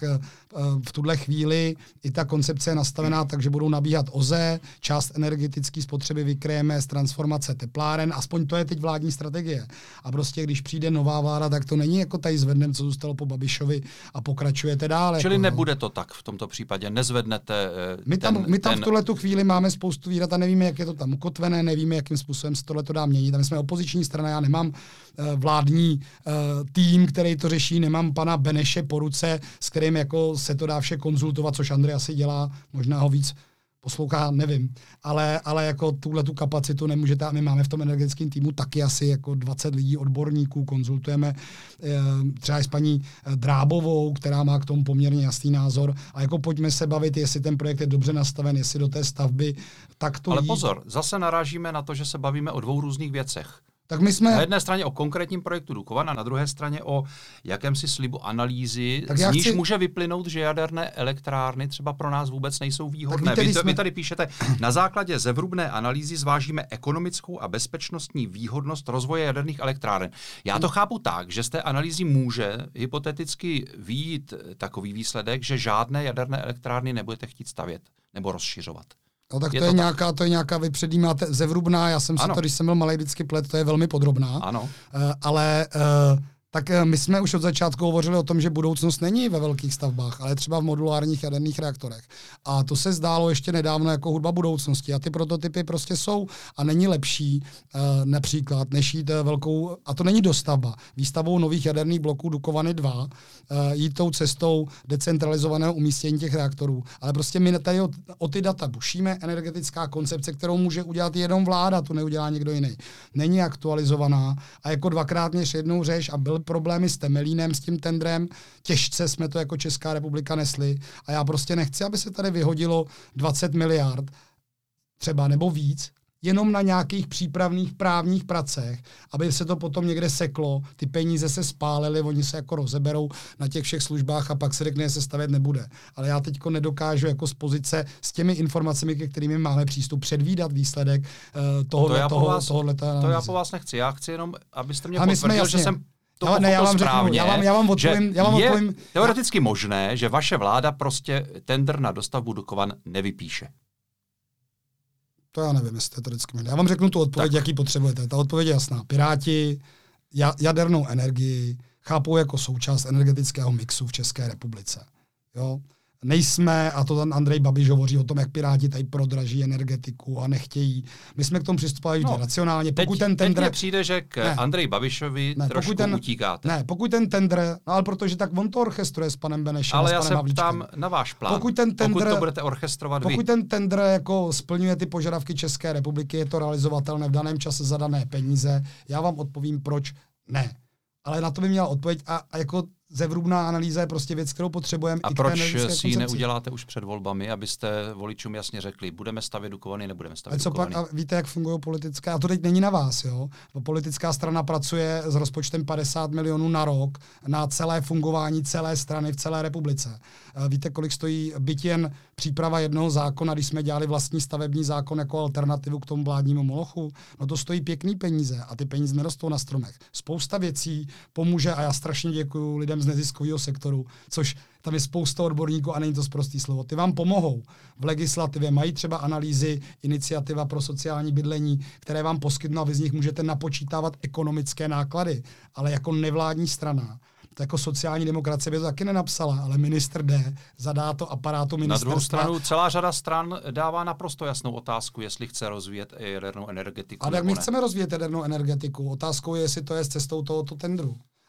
v tuhle chvíli i ta koncepce je nastavená tak, že budou nabíhat O Z E, část energetické spotřeby vykryjeme z transformace tepláren, aspoň to je teď vládní strategie. A prostě když přijde nová vláda, tak to není jako tady zvednem, co zůstalo po Babišovi, a pokračujete dál. Čili jako, nebude to tak v tomto případě, nezvednete uh, My tam, ten, my tam ten... v tuhle tu chvíli máme spoustu výdat a nevíme, jak je to tam ukotvené, nevíme, jakým způsobem se tohle to dá měnit. A my jsme opoziční strana, já nemám uh, vládní uh, tým, který to řeší, nemám pana Beneše po ruce, s kterým jako se to dá vše konzultovat, což Andrej asi dělá, možná ho víc poslouchá, nevím, ale, ale jako tuhle tu kapacitu nemůžete, a my máme v tom energetickém týmu taky asi jako dvacet lidí, odborníků, konzultujeme třeba i s paní Drábovou, která má k tomu poměrně jasný názor, a jako pojďme se bavit, jestli ten projekt je dobře nastaven, jestli do té stavby tak to Ale jí. pozor, zase narážíme na to, že se bavíme o dvou různých věcech. Tak my jsme... Na jedné straně o konkrétním projektu Dukovan a na druhé straně o jakémsi slibu analýzy, tak z níž chci... může vyplynout, že jaderné elektrárny třeba pro nás vůbec nejsou výhodné. Víte, vy, to, jsme... vy tady píšete, na základě zevrubné analýzy zvážíme ekonomickou a bezpečnostní výhodnost rozvoje jaderných elektráren. Já to chápu tak, že z té analýzy může hypoteticky vyjít takový výsledek, že žádné jaderné elektrárny nebudete chtít stavět nebo rozšiřovat. No tak je to, je to nějaká, tak? to je nějaká, vy předjímáte zevrubná, já jsem si to, když jsem byl malej, vždycky plet, to je velmi podrobná. Ano. Uh, ale uh, tak my jsme už od začátku hovořili o tom, že budoucnost není ve velkých stavbách, ale třeba v modulárních jaderných reaktorech. A to se zdálo ještě nedávno jako hudba budoucnosti. A ty prototypy prostě jsou, a není lepší uh, například, než jít velkou, a to není dostavba, výstavou nových jaderných bloků Dukovany dva, uh, jít tou cestou decentralizovaného umístění těch reaktorů. Ale prostě my tady o, o ty data bušíme, energetická koncepce, kterou může udělat jenom vláda, tu neudělá někdo jiný. Není aktualizovaná a jako dvakrát než jednou řeš, a byl problémy s Temelínem, s tím tendrem, těžce jsme to jako Česká republika nesli, a já prostě nechci, aby se tady vyhodilo dvacet miliard třeba nebo víc, jenom na nějakých přípravných právních pracech, aby se to potom někde seklo, ty peníze se spálily, oni se jako rozeberou na těch všech službách a pak se řekne, že se stavět nebude. Ale já teďko nedokážu jako z pozice s těmi informacemi, ke kterými máme přístup, předvídat výsledek uh, tohohle, to toho, vás, tohohleta analýzy. To já po vás nechci, já chci jenom, abyste mě a my potvrdil, že jsem to já, ne, já vám správně, řeknu, já vám, já vám odpovím, já vám je odpovím, teoreticky možné, že vaše vláda prostě tender na dostavbu Dukovan nevypíše. To já nevím, jestli to je teoreticky možné. Já vám řeknu tu odpověď, tak. Jaký potřebujete. Ta odpověď je jasná. Piráti jadernou energii chápou jako součást energetického mixu v České republice. Jo? Nejsme, a to ten Andrej Babiš hovoří o tom, jak Piráti tady prodraží energetiku a nechtějí. My jsme k tomu přistupovali vždy no, racionálně. Pokud teď, ten tender... teď přijde, že k ne, Andrej Babišovi ne, trošku ten, utíkáte. Ne, pokud ten tender, no ale protože tak on to orchestruje s panem Benešem. Ale s já panem se ptám na váš plán. Pokud, ten tender, pokud to budete orchestrovat pokud vy. ten tender jako splňuje ty požadavky České republiky, je to realizovatelné v daném čase za dané peníze, já vám odpovím, proč ne. Ale na to by měla odpověď a, a jako zevrubná analýza je prostě věc, kterou potřebujeme. A proč si ji neuděláte už před volbami, abyste voličům jasně řekli, budeme stavět Dukovany, nebudeme stavět co Dukovany? Pak, a víte, jak fungují politická, a to teď není na vás, jo? Politická strana pracuje s rozpočtem padesát milionů na rok na celé fungování celé strany v celé republice. Víte, kolik stojí byť jen příprava jednoho zákona, když jsme dělali vlastní stavební zákon jako alternativu k tomu vládnímu molochu? No to stojí pěkný peníze a ty peníze nerostou na stromech. Spousta věcí pomůže a já strašně děkuju lidem z neziskového sektoru, což tam je spousta odborníků a není to sprostý slovo. Ty vám pomohou v legislativě, mají třeba analýzy, iniciativa pro sociální bydlení, které vám poskytnou a vy z nich můžete napočítávat ekonomické náklady, ale jako nevládní strana. To jako sociální demokracie by to taky nenapsala, ale ministr D zadá to aparátu ministerstva. Na druhou stranu celá řada stran dává naprosto jasnou otázku, jestli chce rozvíjet jadernou energetiku. A tak my ne. chceme rozvíjet jadernou energetiku. Otázkou je, jestli to je s cestou tohoto tendru.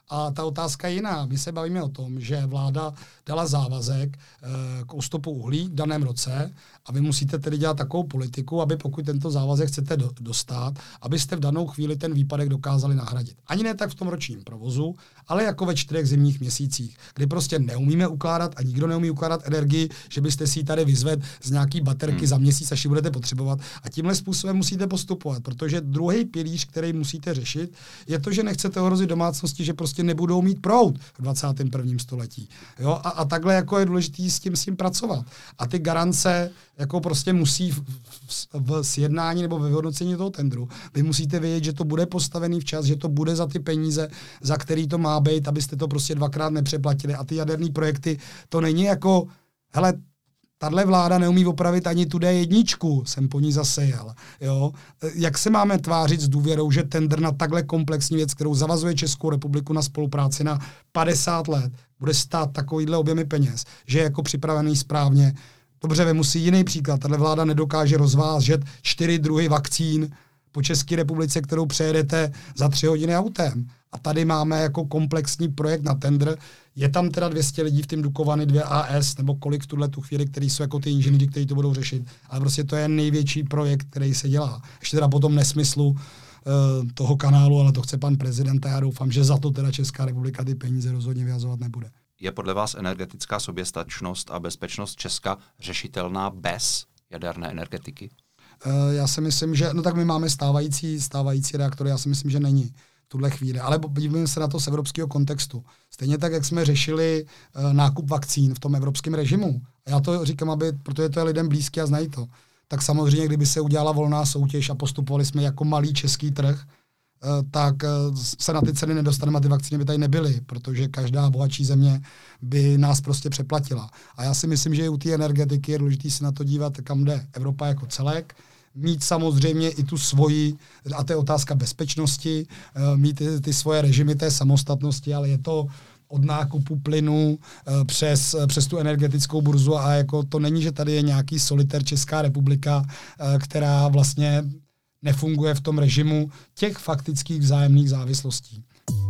A ta otázka je jiná. My se bavíme o tom, že vláda dala závazek e, k ústupu uhlí v daném roce a vy musíte tedy dělat takovou politiku, aby pokud tento závazek chcete do, dostat, abyste v danou chvíli ten výpadek dokázali nahradit. Ani ne tak v tom ročním provozu, ale jako ve čtyřech zimních měsících, kdy prostě neumíme ukládat a nikdo neumí ukládat energii, že byste si ji tady vyzvedl z nějaký baterky hmm. za měsíc, až ji budete potřebovat. A tímhle způsobem musíte postupovat, protože druhý pilíř, který musíte řešit, je to, že nechcete ohrozit domácnosti, že prostě nebudou mít proud v dvacátém prvním století. Jo? A, a takhle jako je důležité s tím, s tím pracovat. A ty garance jako prostě musí v, v, v sjednání nebo ve vyhodnocení toho tendru. Vy musíte vědět, že to bude postavený včas, že to bude za ty peníze, za který to má být, abyste to prostě dvakrát nepřeplatili. A ty jaderné projekty, to není jako, hele, tahle vláda neumí opravit ani tu D jedna, jsem po ní zase jel. Jo? Jak se máme tvářit s důvěrou, že tendr na takhle komplexní věc, kterou zavazuje Českou republiku na spolupráci na padesát let, bude stát takovýhle objemy peněz, že je jako připravený správně. Dobře, vy musí jiný příklad. Tahle vláda nedokáže rozvážet čtyři druhy vakcín po České republice, kterou přejedete za tři hodiny autem. A tady máme jako komplexní projekt na tendr. Je tam teda dvě stě lidí v tím Dukovany dvě A S, nebo kolik v tuhle tu chvíli, který jsou jako ty inženýři, kteří to budou řešit. Ale prostě to je největší projekt, který se dělá. Ještě teda po tom nesmyslu uh, toho kanálu, ale to chce pan prezident a já doufám, že za to teda Česká republika ty peníze rozhodně vyhazovat nebude. Je podle vás energetická soběstačnost a bezpečnost Česka řešitelná bez jaderné energetiky? Uh, já si myslím, že, no tak my máme stávající, stávající reaktory, já si myslím, že není tuhle chvíli. Ale podívejme se na to z evropského kontextu. Stejně tak, jak jsme řešili uh, nákup vakcín v tom evropském režimu. A já to říkám, aby, protože to je lidem blízké a znají to. Tak samozřejmě, kdyby se udělala volná soutěž a postupovali jsme jako malý český trh, uh, tak uh, se na ty ceny nedostaneme a ty vakcíny by tady nebyly, protože každá bohatší země by nás prostě přeplatila. A já si myslím, že i u té energetiky je důležité se na to dívat, kam jde Evropa jako celek, mít samozřejmě i tu svoji, a to je otázka bezpečnosti, mít ty, ty svoje režimy té samostatnosti, ale je to od nákupu plynu přes, přes tu energetickou burzu a jako to není, že tady je nějaký solitér Česká republika, která vlastně nefunguje v tom režimu těch faktických vzájemných závislostí.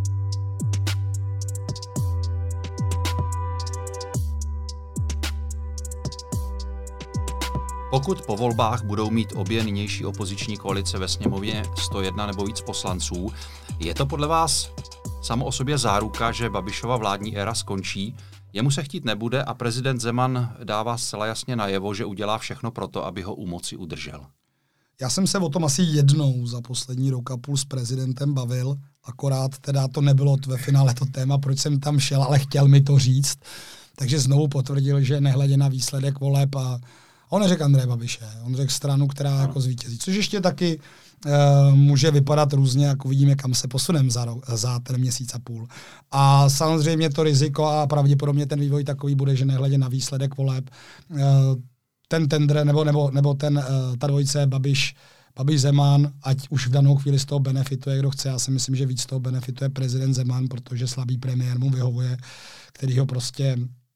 Pokud po volbách budou mít obě nynější opoziční koalice ve sněmovně sto jedna nebo víc poslanců, je to podle vás samo o sobě záruka, že Babišova vládní éra skončí? Jemu se chtít nebude a prezident Zeman dává zcela jasně najevo, že udělá všechno pro to, aby ho u moci udržel. Já jsem se o tom asi jednou za poslední rok a půl s prezidentem bavil, akorát teda to nebylo ve finále to téma, proč jsem tam šel, ale chtěl mi to říct. Takže znovu potvrdil, že nehledě na výsledek voleb a on neřekl Andreje Babiše, on řekl stranu, která jako zvítězí. Což ještě taky uh, může vypadat různě, jako vidíme, kam se posuneme za, za ten měsíc a půl. A samozřejmě to riziko a pravděpodobně ten vývoj takový bude, že nehledě na výsledek voleb, uh, ten tendr nebo, nebo, nebo ten, uh, ta dvojice Babiš, Babiš Zeman, ať už v danou chvíli z toho benefituje, kdo chce. Já si myslím, že víc z toho benefituje prezident Zeman, protože slabý premiér mu vyhovuje, který ho prostě,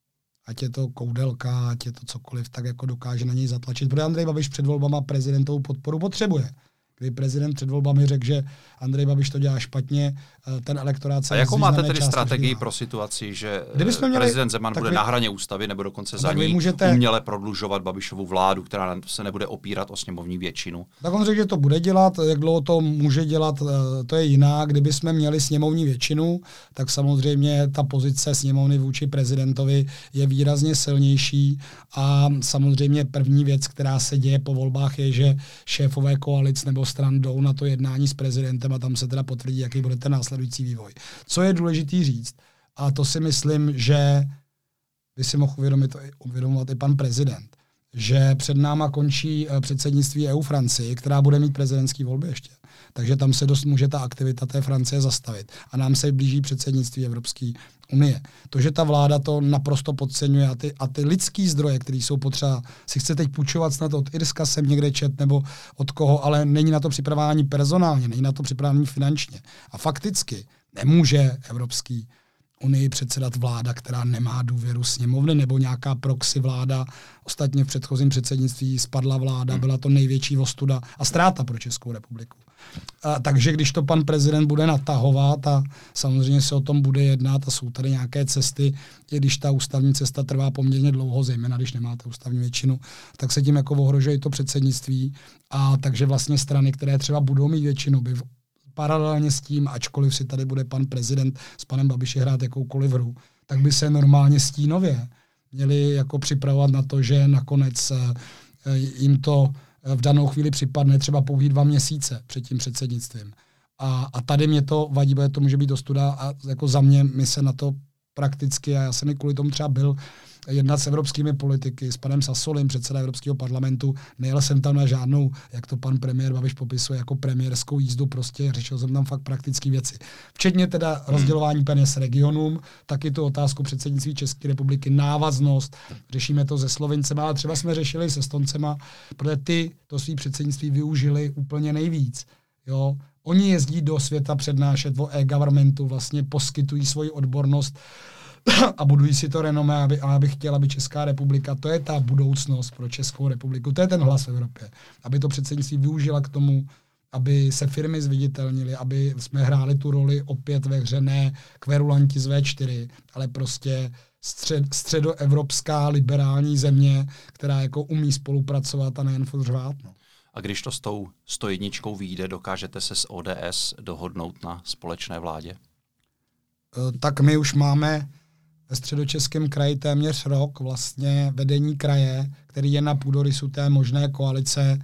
ať je to koudelka, ať je to cokoliv, tak jako dokáže na něj zatlačit. Protože Andrej Babiš před volbama prezidentovou podporu potřebuje. Kdy prezident před volbami řekl, že Andrej Babiš to dělá špatně, ten elektorát se... A jakou máte tedy strategii pro situaci, že měli, prezident Zeman bude vy, na hraně ústavy nebo dokonce za ní můžete, uměle prodlužovat Babišovu vládu, která se nebude opírat o sněmovní většinu? Tak on řekl, že to bude dělat, jak dlouho to může dělat, to je jiná. Kdyby jsme měli sněmovní většinu, tak samozřejmě ta pozice sněmovny vůči prezidentovi je výrazně silnější a samozřejmě první věc, která se děje po volbách, je, že šéfové koalic nebo stran jdou na to jednání s prezidentem a tam se teda potvrdí, jaký bude ten následující vývoj. Co je důležitý říct, a to si myslím, že by si mohl uvědomit, uvědomovat i pan prezident, že před náma končí předsednictví E U Francii, která bude mít prezidentský volby ještě. Takže tam se dost může ta aktivita té Francie zastavit. A nám se blíží předsednictví Evropské unie. To, že ta vláda to naprosto podceňuje a ty, a ty lidský zdroje, které jsou potřeba, si chce teď půjčovat snad od Irska, jsem někde čet, nebo od koho, ale není na to připravování personálně, není na to připravování finančně. A fakticky nemůže Evropský unii předsedat vláda, která nemá důvěru sněmovny, nebo nějaká proxy vláda. Ostatně v předchozím předsednictví spadla vláda, byla to největší ostuda a ztráta pro Českou republiku. A, takže když to pan prezident bude natahovat a samozřejmě se o tom bude jednat a jsou tady nějaké cesty, i když ta ústavní cesta trvá poměrně dlouho, zejména když nemáte ústavní většinu, tak se tím jako ohrožuje to předsednictví. A takže vlastně strany, které třeba budou mít většinu, by paralelně s tím, ačkoliv si tady bude pan prezident s panem Babiši hrát jakoukoliv hru, tak by se normálně stínově měli jako připravovat na to, že nakonec jim to v danou chvíli připadne třeba pouhý dva měsíce před tím předsednictvím. A, a tady mě to vadí, protože to může být ostuda a jako za mě my se na to prakticky, a já jsem i kvůli tomu třeba byl jednat s evropskými politiky, s panem Sassolim, předseda Evropského parlamentu, nejel jsem tam na žádnou, jak to pan premiér Babiš popisuje, jako premiérskou jízdu, prostě řešil jsem tam fakt praktické věci. Včetně teda rozdělování peněz regionům, taky tu otázku předsednictví České republiky, návaznost, řešíme to se Slovincema, ale třeba jsme řešili se Estoncema, protože ty to svý předsednictví využili úplně nejvíc. Jo? Oni jezdí do světa přednášet o e-governmentu, vlastně poskytují svoji odbornost a budují si to renomé, aby, a aby chtěla, aby Česká republika, to je ta budoucnost pro Českou republiku, to je ten hlas v Evropě, aby to předsednictví využila k tomu, aby se firmy zviditelnily, aby jsme hráli tu roli opět ve hře, ne kverulanti z vé čtyři, ale prostě střed, středoevropská liberální země, která jako umí spolupracovat a nejen furt řvát. No. A když to s tou sto jedna vyjde, dokážete se s O D S dohodnout na společné vládě? Tak my už máme ve Středočeském kraji téměř rok vlastně vedení kraje, který je na půdorysu té možné koalice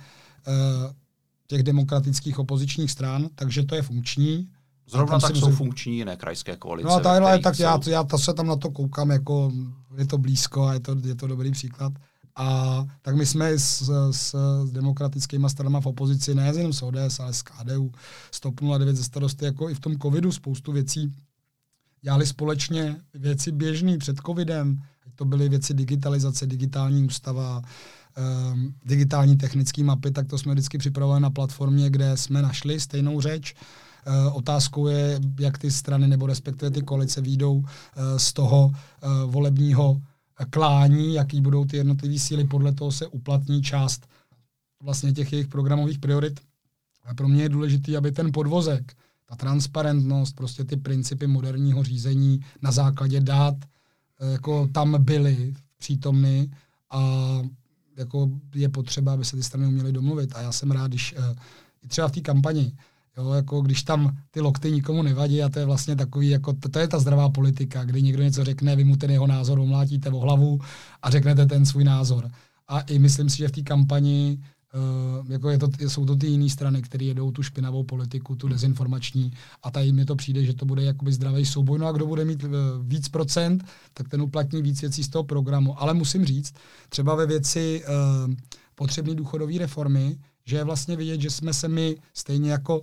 těch demokratických opozičních stran, takže to je funkční. Zrovna tak jsou musím... funkční jiné krajské koalice. No tadyhle, tak jsou... já, já to se tam na to koukám, jako je to blízko a je to, je to dobrý příklad. A tak my jsme s, s, s demokratickými stranami v opozici, ne jenom s O D S, ale s K D U, s TOP nula devět, ze Starosty, jako i v tom covidu spoustu věcí dělali společně věci běžný před covidem. To byly věci digitalizace, digitální ústava, um, digitální technické mapy, tak to jsme vždycky připravovali na platformě, kde jsme našli stejnou řeč. Uh, otázkou je, jak ty strany nebo respektive ty koalice výjdou uh, z toho uh, volebního klání, jaký budou ty jednotlivé síly, podle toho se uplatní část vlastně těch jejich programových priorit. A pro mě je důležité, aby ten podvozek, ta transparentnost, prostě ty principy moderního řízení na základě dat, jako tam byly přítomny a jako je potřeba, aby se ty strany uměly domluvit. A já jsem rád, když i třeba v té kampani, jo, jako když tam ty lokty nikomu nevadí a to je vlastně takový, jako to, to je ta zdravá politika, kdy někdo něco řekne, vy mu ten jeho názor omlátíte o hlavu a řeknete ten svůj názor. A i myslím si, že v té kampani Uh, jako je to, jsou to ty jiné strany, které jedou tu špinavou politiku, tu dezinformační a tady mi to přijde, že to bude jakoby zdravý souboj. No a kdo bude mít uh, víc procent, tak ten uplatní víc věcí z toho programu. Ale musím říct, třeba ve věci uh, potřebné důchodové reformy, že je vlastně vidět, že jsme se my stejně jako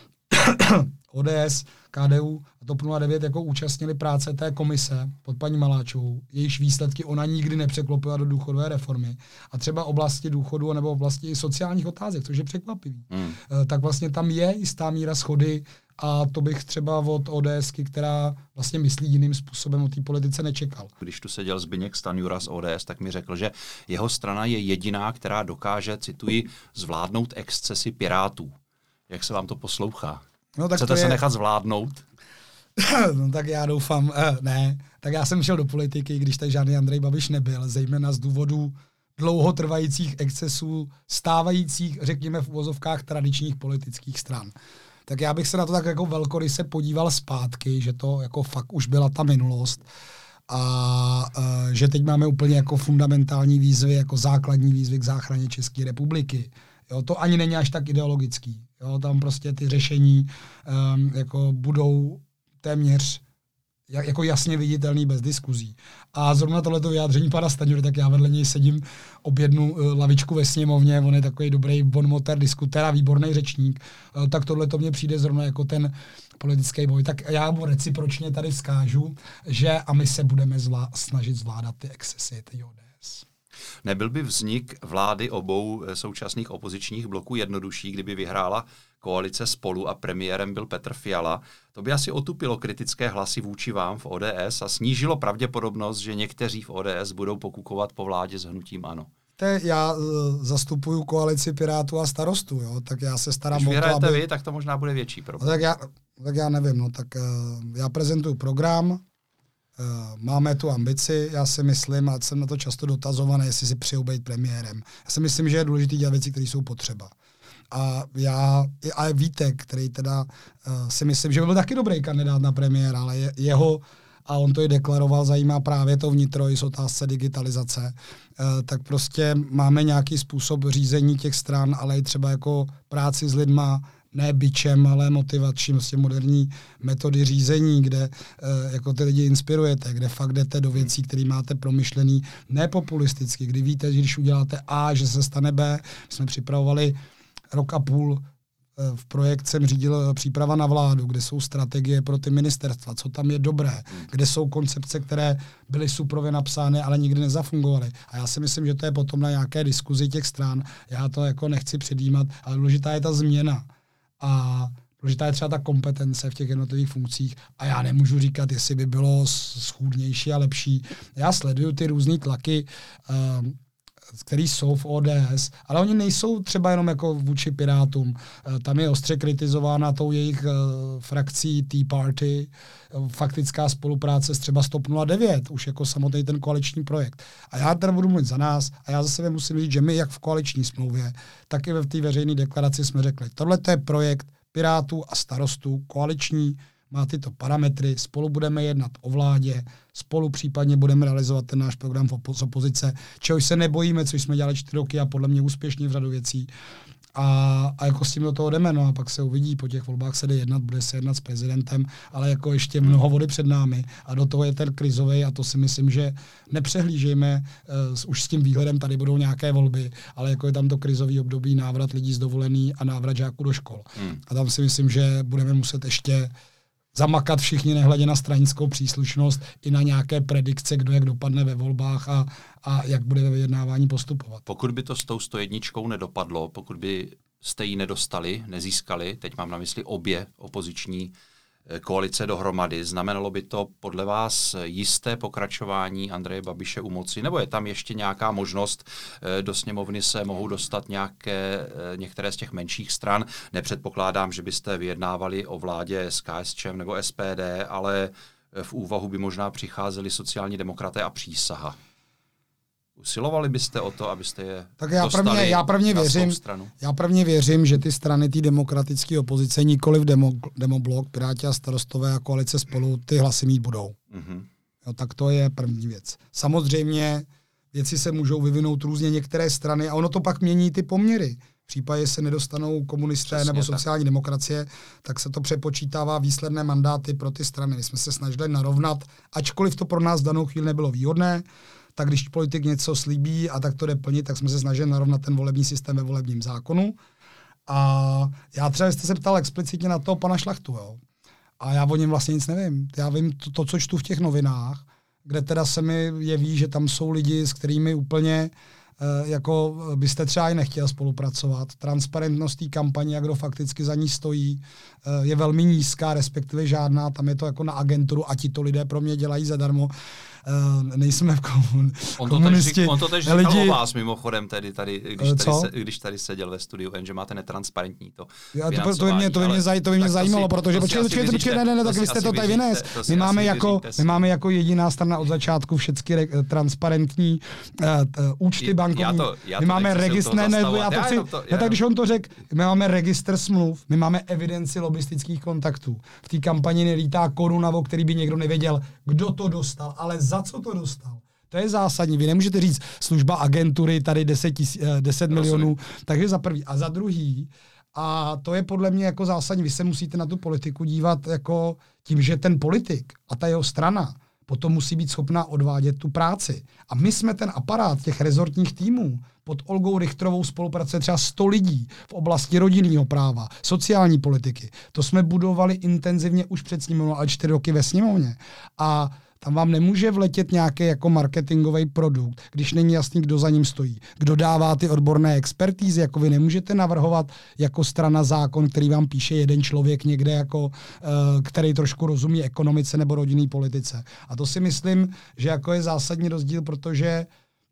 O D S, K D U a TOP nula devět jako účastnili práce té komise pod paní Maláčovou. Jejíž výsledky ona nikdy nepřeklopila do důchodové reformy. A třeba oblasti důchodu nebo oblasti sociálních otázek, což je překvapivý. Hmm. Tak vlastně tam je jistá míra shody a to bych třeba od ODSky, která vlastně myslí jiným způsobem, o té politice nečekal. Když tu seděl Zbyněk Stanjura z O D S, tak mi řekl, že jeho strana je jediná, která dokáže, cituji, zvládnout excesy pirátů. Jak se vám to poslouchá? No, tak Chcete je... se nechat zvládnout? No tak já doufám, eh, ne. Tak já jsem šel do politiky, když tady žádný Andrej Babiš nebyl, zejména z důvodu dlouhotrvajících excesů stávajících, řekněme v uvozovkách, tradičních politických stran. Tak já bych se na to tak jako velkoryse podíval zpátky, že to jako fakt už byla ta minulost a eh, že teď máme úplně jako fundamentální výzvy, jako základní výzvy k záchraně České republiky. Jo, to ani není až tak ideologický. Jo, tam prostě ty řešení um, jako budou téměř jako jasně viditelný bez diskuzí. A zrovna tohleto vyjádření pana Stanjury, tak já vedle něj sedím objednu uh, lavičku ve sněmovně, on je takový dobrý bonmoter, diskutér a výborný řečník, uh, tak tohleto mně přijde zrovna jako ten politický boj. Tak já mu recipročně tady vzkážu, že a my se budeme zvlá- snažit zvládat ty excesy, ty O D S. Nebyl by vznik vlády obou současných opozičních bloků jednodušší, kdyby vyhrála koalice Spolu a premiérem byl Petr Fiala? To by asi otupilo kritické hlasy vůči vám v O D S a snížilo pravděpodobnost, že někteří v O D S budou pokukovat po vládě s hnutím ANO. Víte, já uh, zastupuju koalici Pirátů a Starostů, jo, tak já se starám Když o to, aby... vy, tak to možná bude větší problém. No, tak, já, tak já nevím, no, tak uh, já prezentuju program, uh, máme tu ambici, já si myslím, a jsem na to často dotazovaný, jestli si přeju být premiérem. Já si myslím, že je důležité dělat věci, které jsou potřeba. A já, a Vítek, který teda uh, si myslím, že by byl taky dobrý kandidát na premiéra, ale je, jeho, a on to i deklaroval, zajímá právě to vnitro i z otázce digitalizace, uh, tak prostě máme nějaký způsob řízení těch stran, ale i třeba jako práci s lidma, ne bičem, ale motivačním, vlastně moderní metody řízení, kde uh, jako ty lidi inspirujete, kde fakt jdete do věcí, které máte promyšlený, ne populisticky, kdy víte, že když uděláte A, že se stane B. My jsme připravovali rok a půl v projekt jsem řídil příprava na vládu, kde jsou strategie pro ty ministerstva, co tam je dobré, kde jsou koncepce, které byly suprově napsány, ale nikdy nezafungovaly. A já si myslím, že to je potom na nějaké diskuzi těch stran. Já to jako nechci předjímat, ale důležitá je ta změna. A důležitá je třeba ta kompetence v těch jednotlivých funkcích. A já nemůžu říkat, jestli by bylo schůdnější a lepší. Já sleduju ty různý tlaky, uh, který jsou v O D S, ale oni nejsou třeba jenom jako vůči Pirátům. Tam je ostře kritizována tou jejich uh, frakcí Tea Party, uh, faktická spolupráce s třeba Stop nula devět, už jako samotný ten koaliční projekt. A já teda budu mluvit za nás a já za sebe musím říct, že my jak v koaliční smlouvě, tak i v té veřejné deklaraci jsme řekli, tohle je projekt Pirátů a Starostů, koaliční, má tyto parametry, spolu budeme jednat o vládě, spolu případně budeme realizovat ten náš program z opozice, čehož se nebojíme, což jsme dělali čtyři roky a podle mě úspěšně v řadu věcí. A, a jako s tím do toho jdeme, no a pak se uvidí, po těch volbách se jde jednat, bude se jednat s prezidentem, ale jako ještě mnoho vody před námi a do toho je ten krizový a to si myslím, že nepřehlížejme, uh, už s tím výhledem tady budou nějaké volby, ale jako je tam to krizový období, návrat lidí z dovolený a návrat žáků do škol. Hmm. A tam si myslím, že budeme muset ještě zamakat všichni nehledě na stranickou příslušnost i na nějaké predikce, kdo jak dopadne ve volbách a, a jak bude ve vyjednávání postupovat. Pokud by to s tou sto jedničkou nedopadlo, pokud by jste ji nedostali, nezískali, teď mám na mysli obě opoziční koalice dohromady, znamenalo by to podle vás jisté pokračování Andreje Babiše u moci, nebo je tam ještě nějaká možnost, do sněmovny se mohou dostat nějaké, některé z těch menších stran? Nepředpokládám, že byste vyjednávali o vládě s K S Č M nebo S P D, ale v úvahu by možná přicházeli sociální demokraté a Přísaha. Usilovali byste o to, abyste je tak já dostali prvně, já prvně na věřím, svou stranu? Já prvně věřím, že ty strany té demokratické opozice, nikoliv demo, demoblok, Piráti a Starostové a koalice Spolu, ty hlasy mít budou. Mm-hmm. Jo, tak to je první věc. Samozřejmě věci se můžou vyvinout různě některé strany a ono to pak mění ty poměry. V případě se nedostanou komunisté Přesně nebo sociální tak. demokracie, tak se to přepočítává výsledné mandáty pro ty strany. My jsme se snažili narovnat, ačkoliv to pro nás v danou chvíli nebylo výhodné, tak když politik něco slíbí a tak to jde plnit, tak jsme se snažili narovnat ten volební systém ve volebním zákonu. A já třeba jste se ptal explicitně na toho pana Šlachtu, jo. A já o něm vlastně nic nevím. Já vím to, to, co čtu v těch novinách, kde teda se mi jeví, že tam jsou lidi, s kterými úplně uh, jako byste třeba i nechtěl spolupracovat. Transparentnost té kampaně, jak kdo fakticky za ní stojí, uh, je velmi nízká, respektive žádná. Tam je to jako na agenturu a ti to lidé pro mě dělají zadarmo. Uh, nejsme v komun- on komunisti. On to tež říkal lidi... o vás mimochodem, tedy tady, když, tady se, když tady seděl ve studiu, že máte netransparentní to Já, to, to by mě, to by mě, zaj, to by mě zajímalo, si, protože počkejte, počkejte, počkejte, ne, ne, ne, tak vy jste to tady vynes. My máme jako, my máme jako jediná strana od začátku všechny re, transparentní uh, účty bankovní. Já to, já my máme registr, ne, ne, já to chci, to, já. Ne, tak když on to řekl, my máme registr smluv, my máme evidenci lobistických kontaktů. V té kampani nelítá koruna, o který by někdo nevěděl, kdo to dostal, ale za co to dostal. To je zásadní. Vy nemůžete říct služba agentury, tady deset, tisíc, deset milionů, takže za prvý. A za druhý, a to je podle mě jako zásadní, vy se musíte na tu politiku dívat jako tím, že ten politik a ta jeho strana potom musí být schopná odvádět tu práci. A my jsme ten aparát těch rezortních týmů. Pod Olgou Richtrovou spolupracuje třeba sto lidí v oblasti rodinného práva, sociální politiky. To jsme budovali intenzivně už před sněmovnou, ale čtyři roky ve sněmovně. A tam vám nemůže vletět nějaký jako marketingový produkt, když není jasný, kdo za ním stojí. Kdo dává ty odborné expertízy, jako vy nemůžete navrhovat jako strana zákon, který vám píše jeden člověk někde, jako, uh, který trošku rozumí ekonomice nebo rodinné politice. A to si myslím, že jako je zásadní rozdíl, protože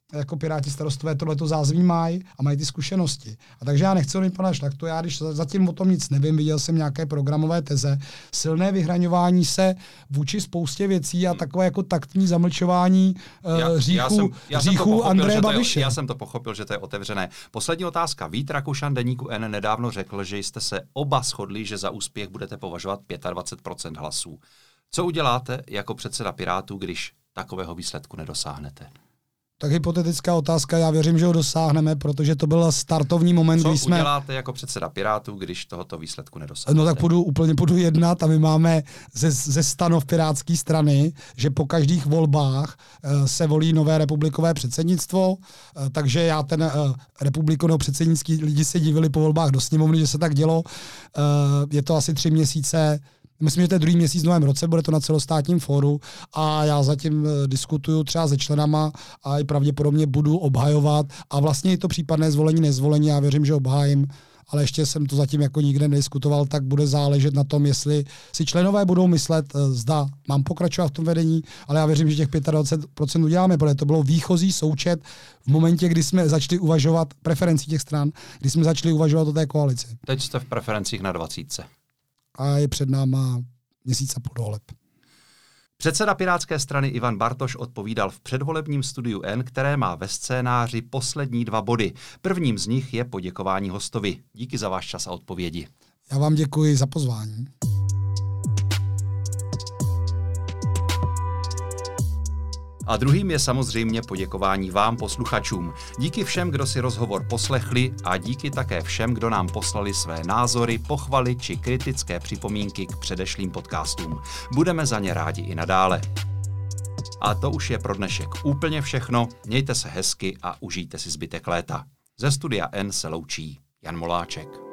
jako Piráti Starostové tohleto zázemí mají a mají ty zkušenosti. A takže já nechci mít pana Šlachtu, já když zatím o tom nic nevím, viděl jsem nějaké programové teze, silné vyhraňování se vůči spoustě věcí a takové jako taktní zamlčování uh, já, říchu, já jsem, já říchu Andreje Babiše. Já jsem to pochopil, že to je otevřené. Poslední otázka. Vít Rakušan deníku N nedávno řekl, že jste se oba shodli, že za úspěch budete považovat dvacet pět procent hlasů. Co uděláte jako předseda Pirátů, když takového výsledku nedosáhnete? Tak hypotetická otázka, já věřím, že ho dosáhneme, protože to byl startovní moment, Co kdy jsme... Co uděláte jako předseda Pirátů, když tohoto výsledku nedosáhnete? No tak půjdu, úplně půjdu jednat a my máme ze, ze stanov pirátské strany, že po každých volbách uh, se volí nové republikové předsednictvo, uh, takže já ten uh, republikové předsednický lidi se divili po volbách do sněmovny, že se tak dělo. Uh, je to asi tři měsíce. Myslím, že to je druhý měsíc v novém roce, bude to na celostátním fóru a já zatím diskutuju třeba se členama a i pravděpodobně budu obhajovat a vlastně i to případné zvolení, nezvolení, já věřím, že obhájím, ale ještě jsem to zatím jako nikde nediskutoval, tak bude záležet na tom, jestli si členové budou myslet, zda mám pokračovat v tom vedení, ale já věřím, že těch dvacet pět procent uděláme, protože to bylo výchozí součet v momentě, kdy jsme začali uvažovat preferencí těch stran, kdy jsme začali uvažovat o té koalici. Teď jste v preferencích na dvacítce. A je před náma měsíc a půl do voleb. Předseda Pirátské strany Ivan Bartoš odpovídal v předvolebním studiu N, které má ve scénáři poslední dva body. Prvním z nich je poděkování hostovi. Díky za váš čas a odpovědi. Já vám děkuji za pozvání. A druhým je samozřejmě poděkování vám, posluchačům. Díky všem, kdo si rozhovor poslechli a díky také všem, kdo nám poslali své názory, pochvaly či kritické připomínky k předešlým podcastům. Budeme za ně rádi i nadále. A to už je pro dnešek úplně všechno. Mějte se hezky a užijte si zbytek léta. Ze studia N se loučí Jan Moláček.